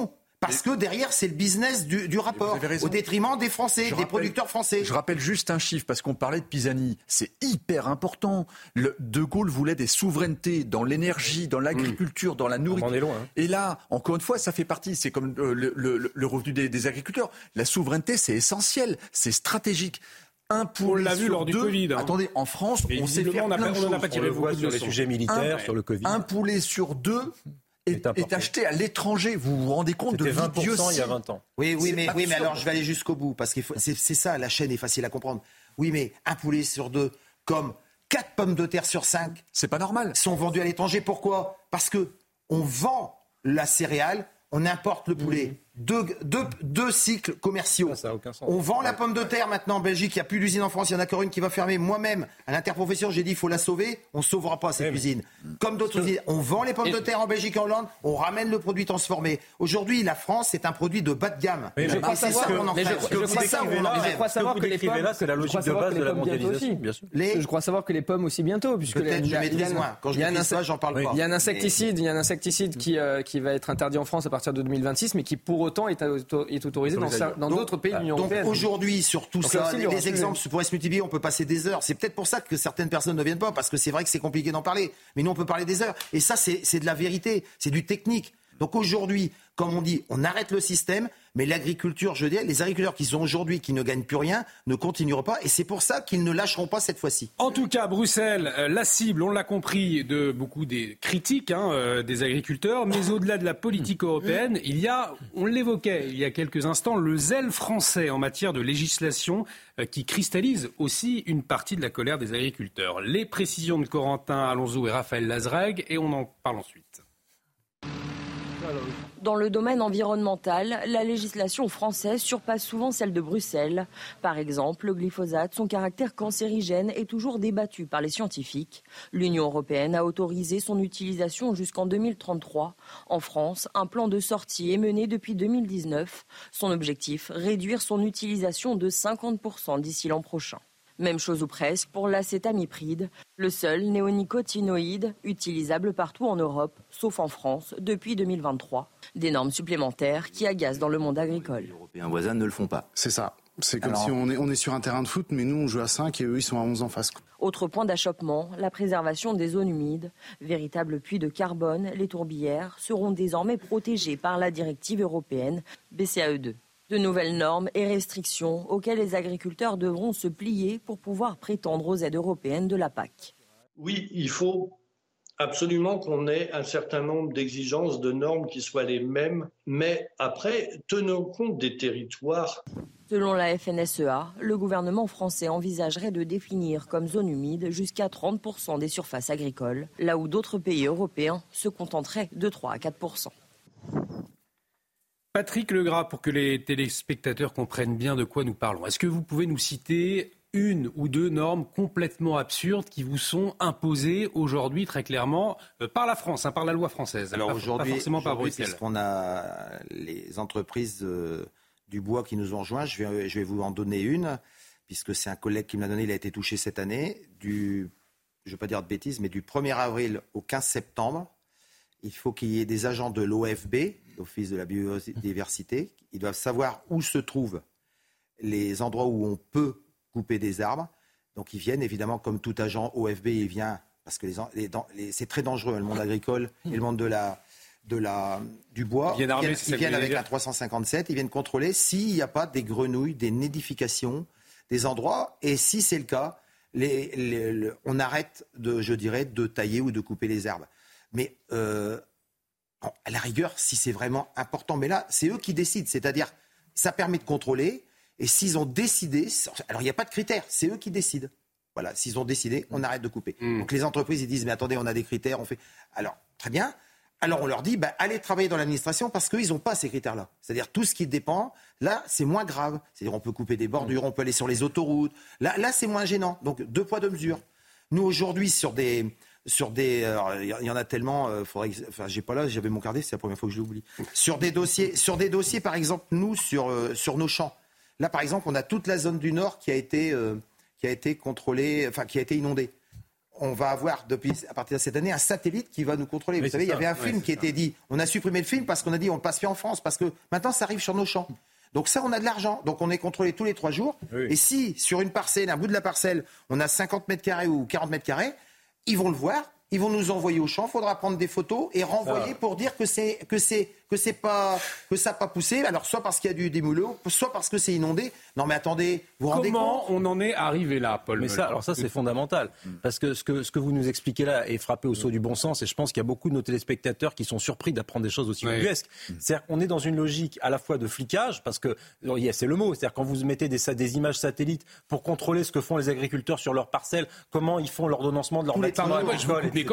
Parce que derrière, c'est le business du rapport, au détriment des Français, des producteurs français. Je rappelle juste un chiffre, parce qu'on parlait de Pisani. C'est hyper important. De Gaulle voulait des souverainetés dans l'énergie, dans l'agriculture, dans la nourriture. On en est loin. Et là, encore une fois, ça fait partie, c'est comme le revenu des agriculteurs. La souveraineté, c'est essentiel, c'est stratégique. Un poulet on l'a vu lors du Covid. Attendez, en France, on sait faire plein de choses. On n'a pas tiré beaucoup sur les sujets militaires, sur le Covid. Un poulet sur 2 est acheté à l'étranger. Vous vous rendez compte de l'idiotie. Il y a 20 ans. Oui, mais alors je vais aller jusqu'au bout, parce que c'est ça, la chaîne est facile à comprendre. Oui, mais un poulet sur 2, comme 4 pommes de terre sur 5, c'est pas normal, sont vendus à l'étranger. Pourquoi ? Parce que on vend la céréale, on importe le poulet. Deux cycles commerciaux. Ça n'a aucun sens. On vend la pomme de terre maintenant en Belgique. Il n'y a plus d'usine en France. Il y en a encore une qui va fermer. Moi-même, à l'interprofession, j'ai dit il faut la sauver. On ne sauvera pas cette usine. Comme d'autres usines. On vend les pommes de terre en Belgique et en Hollande. On ramène le produit transformé. Aujourd'hui, la France, c'est un produit de bas de gamme. Mais je crois savoir que les pommes, c'est la logique de base de la mondialisation. Bien sûr. Je crois savoir que les pommes aussi bientôt. Peut-être je maîtrise moins. Quand je maîtrise ça, j'en parle pas. Il y a un insecticide qui va être interdit en France à partir de 2026, mais qui pour autant est autorisé dans d'autres pays de l'Union européenne. Donc aujourd'hui, sur tout ça, les exemples pourraient se multiplier, on peut passer des heures. C'est peut-être pour ça que certaines personnes ne viennent pas, parce que c'est vrai que c'est compliqué d'en parler. Mais nous, on peut parler des heures. Et ça, c'est de la vérité, c'est du technique. Donc aujourd'hui, comme on dit, on arrête le système, mais l'agriculture, je dirais, les agriculteurs qui sont aujourd'hui, qui ne gagnent plus rien, ne continueront pas. Et c'est pour ça qu'ils ne lâcheront pas cette fois-ci. En tout cas, Bruxelles, la cible, on l'a compris, de beaucoup des critiques des agriculteurs. Mais au-delà de la politique européenne, il y a, on l'évoquait il y a quelques instants, le zèle français en matière de législation qui cristallise aussi une partie de la colère des agriculteurs. Les précisions de Corentin Alonso et Raphaël Lazreg, et on en parle ensuite. Dans le domaine environnemental, la législation française surpasse souvent celle de Bruxelles. Par exemple, le glyphosate, son caractère cancérigène, est toujours débattu par les scientifiques. L'Union européenne a autorisé son utilisation jusqu'en 2033. En France, un plan de sortie est mené depuis 2019. Son objectif, réduire son utilisation de 50% d'ici l'an prochain. Même chose ou presque pour l'acétamipride, le seul néonicotinoïde utilisable partout en Europe, sauf en France, depuis 2023. Des normes supplémentaires qui agacent dans le monde agricole. Les Européens voisins ne le font pas. C'est ça. C'est comme si on est sur un terrain de foot, mais nous on joue à 5 et eux ils sont à 11 en face. Autre point d'achoppement, la préservation des zones humides. Véritables puits de carbone, les tourbières seront désormais protégées par la directive européenne BCAE2. De nouvelles normes et restrictions auxquelles les agriculteurs devront se plier pour pouvoir prétendre aux aides européennes de la PAC. Oui, il faut absolument qu'on ait un certain nombre d'exigences, de normes qui soient les mêmes, mais après, tenons compte des territoires. Selon la FNSEA, le gouvernement français envisagerait de définir comme zone humide jusqu'à 30% des surfaces agricoles, là où d'autres pays européens se contenteraient de 3 à 4%. Patrick Legras, pour que les téléspectateurs comprennent bien de quoi nous parlons, est-ce que vous pouvez nous citer une ou deux normes complètement absurdes qui vous sont imposées aujourd'hui très clairement par la France, par la loi française? Alors aujourd'hui, pas forcément par Bruxelles. Puisqu'on a les entreprises du bois qui nous ont rejoints, je vais vous en donner une, puisque c'est un collègue qui me l'a donné, il a été touché cette année, je ne vais pas dire de bêtises, mais du 1er avril au 15 septembre, il faut qu'il y ait des agents de l'OFB, l'Office de la biodiversité. Ils doivent savoir où se trouvent les endroits où on peut couper des arbres. Donc ils viennent, évidemment, comme tout agent OFB, il vient, parce que c'est très dangereux, le monde agricole et le monde du bois. Ils viennent avec un 357, ils viennent contrôler s'il n'y a pas des grenouilles, des nidifications, des endroits. Et si c'est le cas, on arrête de tailler ou de couper les arbres. Mais à la rigueur, si c'est vraiment important, mais là, c'est eux qui décident. C'est-à-dire, ça permet de contrôler. Et s'ils ont décidé, alors il n'y a pas de critères, c'est eux qui décident. Voilà, s'ils ont décidé, on arrête de couper. Donc les entreprises, ils disent, mais attendez, on a des critères, on fait. Alors, très bien. Alors on leur dit, allez travailler dans l'administration parce qu'ils n'ont pas ces critères-là. C'est-à-dire, tout ce qui dépend, là, c'est moins grave. C'est-à-dire, on peut couper des bordures, on peut aller sur les autoroutes. Là, c'est moins gênant. Donc, 2 poids, 2 mesures. Nous, aujourd'hui, il y en a tellement, j'ai pas là, j'avais mon carnet, c'est la première fois que je l'oublie. Sur des dossiers, par exemple, nous, sur nos champs. Là, par exemple, on a toute la zone du Nord qui a été contrôlée, qui a été inondée. on va avoir, à partir de cette année, un satellite qui va nous contrôler. Vous savez, il y avait un film qui était dit, on a supprimé le film parce qu'on a dit on ne passe plus en France, parce que maintenant ça arrive sur nos champs. Donc ça, on a de l'argent. Donc on est contrôlé tous les 3 jours. Oui. Et si, sur une parcelle, un bout de la parcelle, on a 50 mètres carrés ou 40 mètres carrés, ils vont le voir, ils vont nous envoyer au champ, il faudra prendre des photos et renvoyer pour dire que ça n'a pas poussé. Alors soit parce qu'il y a des moulots, soit parce que c'est inondé. Non mais attendez, vous rendez compte ? Comment on en est arrivé là, Paul ? Mais ça, alors ça c'est fondamental. Parce que ce que vous nous expliquez là est frappé au sceau du bon sens, et je pense qu'il y a beaucoup de nos téléspectateurs qui sont surpris d'apprendre des choses aussi ubuesques. C'est-à-dire qu'on est dans une logique à la fois de flicage, parce que c'est le mot, c'est-à-dire quand vous mettez des images satellites pour contrôler ce que font les agriculteurs sur leurs parcelles, comment ils font l'ordonnancement de leurs bâtiments agricoles, mais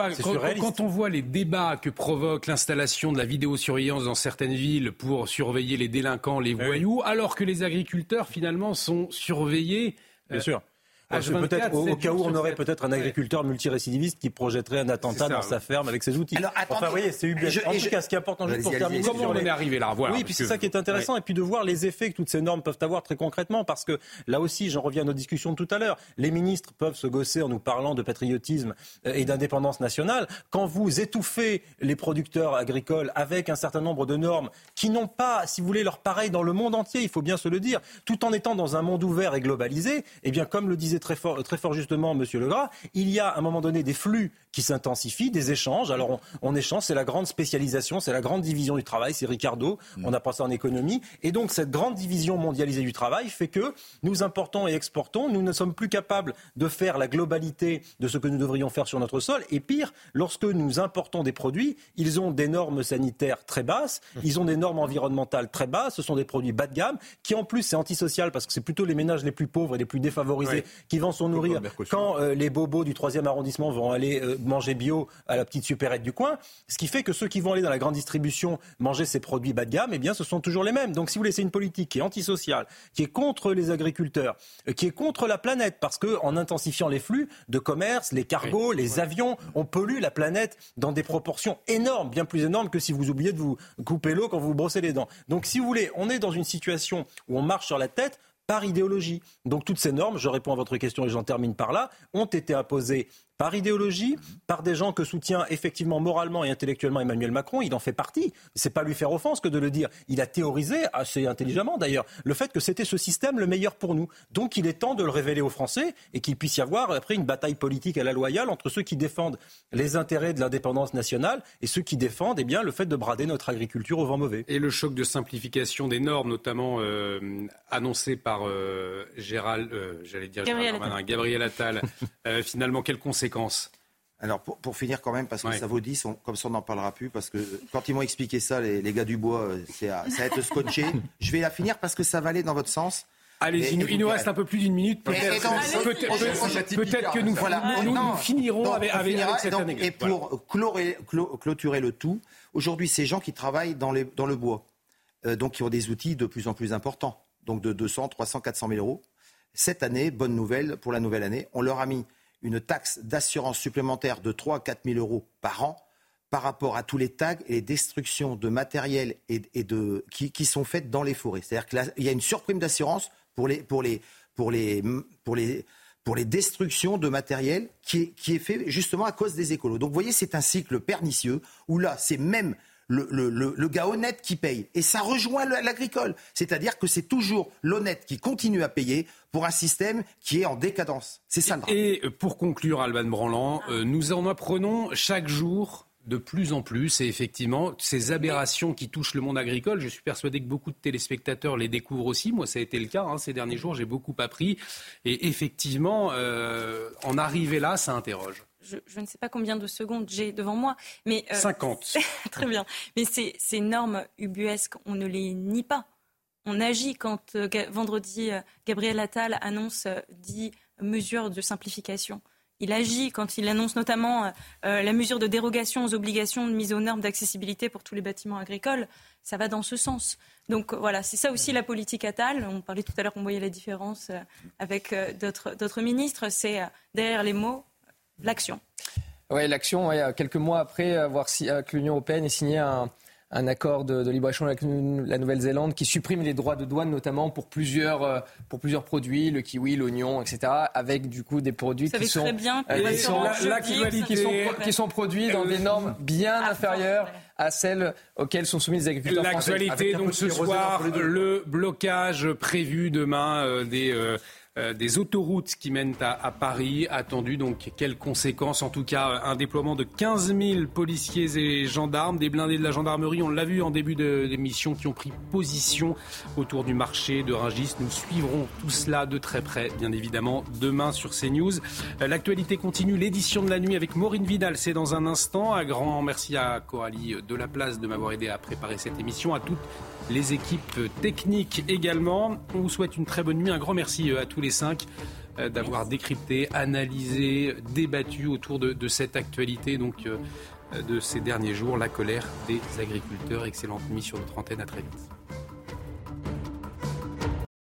quand on voit les débats que provoque l'installation de la vidéosurveillance dans certaines villes pour surveiller les délinquants, les voyous, alors que les agriculteurs finalement sont surveillés. Bien sûr. Peut-être, au cas où on aurait peut-être un agriculteur multirécidiviste qui projetterait un attentat dans sa ferme avec ses outils. Alors, attendez, enfin, vous voyez, c'est ubuesque. En tout cas, ce qui est important, juste pour terminer... Comment on est arrivé là ? Voilà, oui, puis c'est ça qui est intéressant. Et puis de voir les effets que toutes ces normes peuvent avoir très concrètement. Parce que là aussi, j'en reviens à nos discussions de tout à l'heure, les ministres peuvent se gausser en nous parlant de patriotisme et d'indépendance nationale. Quand vous étouffez les producteurs agricoles avec un certain nombre de normes qui n'ont pas, si vous voulez, leur pareil dans le monde entier, il faut bien se le dire, tout en étant dans un monde ouvert et globalisé, eh bien, comme le disait très fort justement Monsieur Legras, il y a à un moment donné des flux qui s'intensifient, des échanges. Alors on échange, c'est la grande spécialisation, c'est la grande division du travail, c'est Ricardo, on apprend ça en économie. Et donc cette grande division mondialisée du travail fait que nous importons et exportons, nous ne sommes plus capables de faire la globalité de ce que nous devrions faire sur notre sol. Et pire, lorsque nous importons des produits, ils ont des normes sanitaires très basses, ils ont des normes environnementales très basses, ce sont des produits bas de gamme, qui en plus c'est antisocial parce que c'est plutôt les ménages les plus pauvres et les plus défavorisés qui vont s'en nourrir quand les bobos du 3e arrondissement vont aller manger bio à la petite supérette du coin, ce qui fait que ceux qui vont aller dans la grande distribution manger ces produits bas de gamme, eh bien ce sont toujours les mêmes. Donc si vous voulez, c'est une politique qui est antisociale, qui est contre les agriculteurs, qui est contre la planète, parce qu'en intensifiant les flux de commerce, les cargos, les avions, on pollue la planète dans des proportions énormes, bien plus énormes que si vous oubliez de vous couper l'eau quand vous vous brossez les dents. Donc si vous voulez, on est dans une situation où on marche sur la tête par idéologie. Donc toutes ces normes, je réponds à votre question et j'en termine par là, ont été imposées par idéologie, par des gens que soutient effectivement moralement et intellectuellement Emmanuel Macron. Il en fait partie. C'est pas lui faire offense que de le dire. Il a théorisé, assez intelligemment d'ailleurs, le fait que c'était ce système le meilleur pour nous. Donc il est temps de le révéler aux Français et qu'il puisse y avoir après une bataille politique à la loyale entre ceux qui défendent les intérêts de l'indépendance nationale et ceux qui défendent le fait de brader notre agriculture au vent mauvais. Et le choc de simplification des normes, notamment annoncé par Gabriel Attal, finalement, quelles conséquences ? Alors pour finir quand même, parce que ça vaut 10, comme ça on n'en parlera plus, parce que quand ils m'ont expliqué ça, les gars du bois, ça va être scotché. Je vais la finir parce que ça va aller dans votre sens. Allez, il nous reste un peu plus d'une minute. Peut-être que nous finirons avec cette anecdote. Et pour clôturer le tout, aujourd'hui, ces gens qui travaillent dans le bois, donc qui ont des outils de plus en plus importants, donc de 200, 300, 400 000 euros, cette année, bonne nouvelle, pour la nouvelle année, on leur a mis une taxe d'assurance supplémentaire de 3 à 4 000 euros par an par rapport à tous les tags et les destructions de matériel qui sont faites dans les forêts. C'est-à-dire qu'il y a une surprime d'assurance pour les destructions de matériel qui est fait justement à cause des écolos. Donc vous voyez, c'est un cycle pernicieux où là, c'est même le gars honnête qui paye. Et ça rejoint l'agricole. C'est-à-dire que c'est toujours l'honnête qui continue à payer pour un système qui est en décadence. C'est ça le drame. Et pour conclure, Alban Branlant, nous en apprenons chaque jour de plus en plus. Et effectivement, ces aberrations qui touchent le monde agricole, je suis persuadé que beaucoup de téléspectateurs les découvrent aussi. Moi, ça a été le cas ces derniers jours. J'ai beaucoup appris. Et effectivement, en arriver là, ça interroge. Je ne sais pas combien de secondes j'ai devant moi, mais 50. Très bien. Mais ces normes ubuesques, on ne les nie pas. On agit quand vendredi Gabriel Attal annonce 10 mesures de simplification. Il agit quand il annonce notamment la mesure de dérogation aux obligations de mise aux normes d'accessibilité pour tous les bâtiments agricoles. Ça va dans ce sens. Donc voilà, c'est ça aussi la politique Attal. On parlait tout à l'heure qu'on voyait la différence avec d'autres ministres. C'est derrière les mots, l'action. Oui, l'action, quelques mois après que l'Union européenne ait signé un un accord de libre-échange avec la Nouvelle-Zélande qui supprime les droits de douane, notamment pour plusieurs produits, le kiwi, l'oignon, etc., avec du coup des produits qui sont produits dans des normes bien inférieures à celles auxquelles sont soumis les agriculteurs français. L'actualité, donc ce soir, le blocage prévu demain des autoroutes qui mènent à Paris, attendu. Donc quelles conséquences? En tout cas, un déploiement de 15 000 policiers et gendarmes, des blindés de la gendarmerie, on l'a vu en début de l'émission, qui ont pris position autour du marché de Rungis. Nous suivrons tout cela de très près, bien évidemment, demain sur CNews. L'actualité continue, l'édition de la nuit avec Maureen Vidal, c'est dans un instant. Un grand merci à Coralie Delaplace de m'avoir aidé à préparer cette émission, à toutes les équipes techniques également. On vous souhaite une très bonne nuit. Un grand merci à tous les 5 d'avoir décrypté, analysé, débattu autour de cette actualité donc de ces derniers jours, la colère des agriculteurs. Excellente nuit sur notre antenne, à très vite.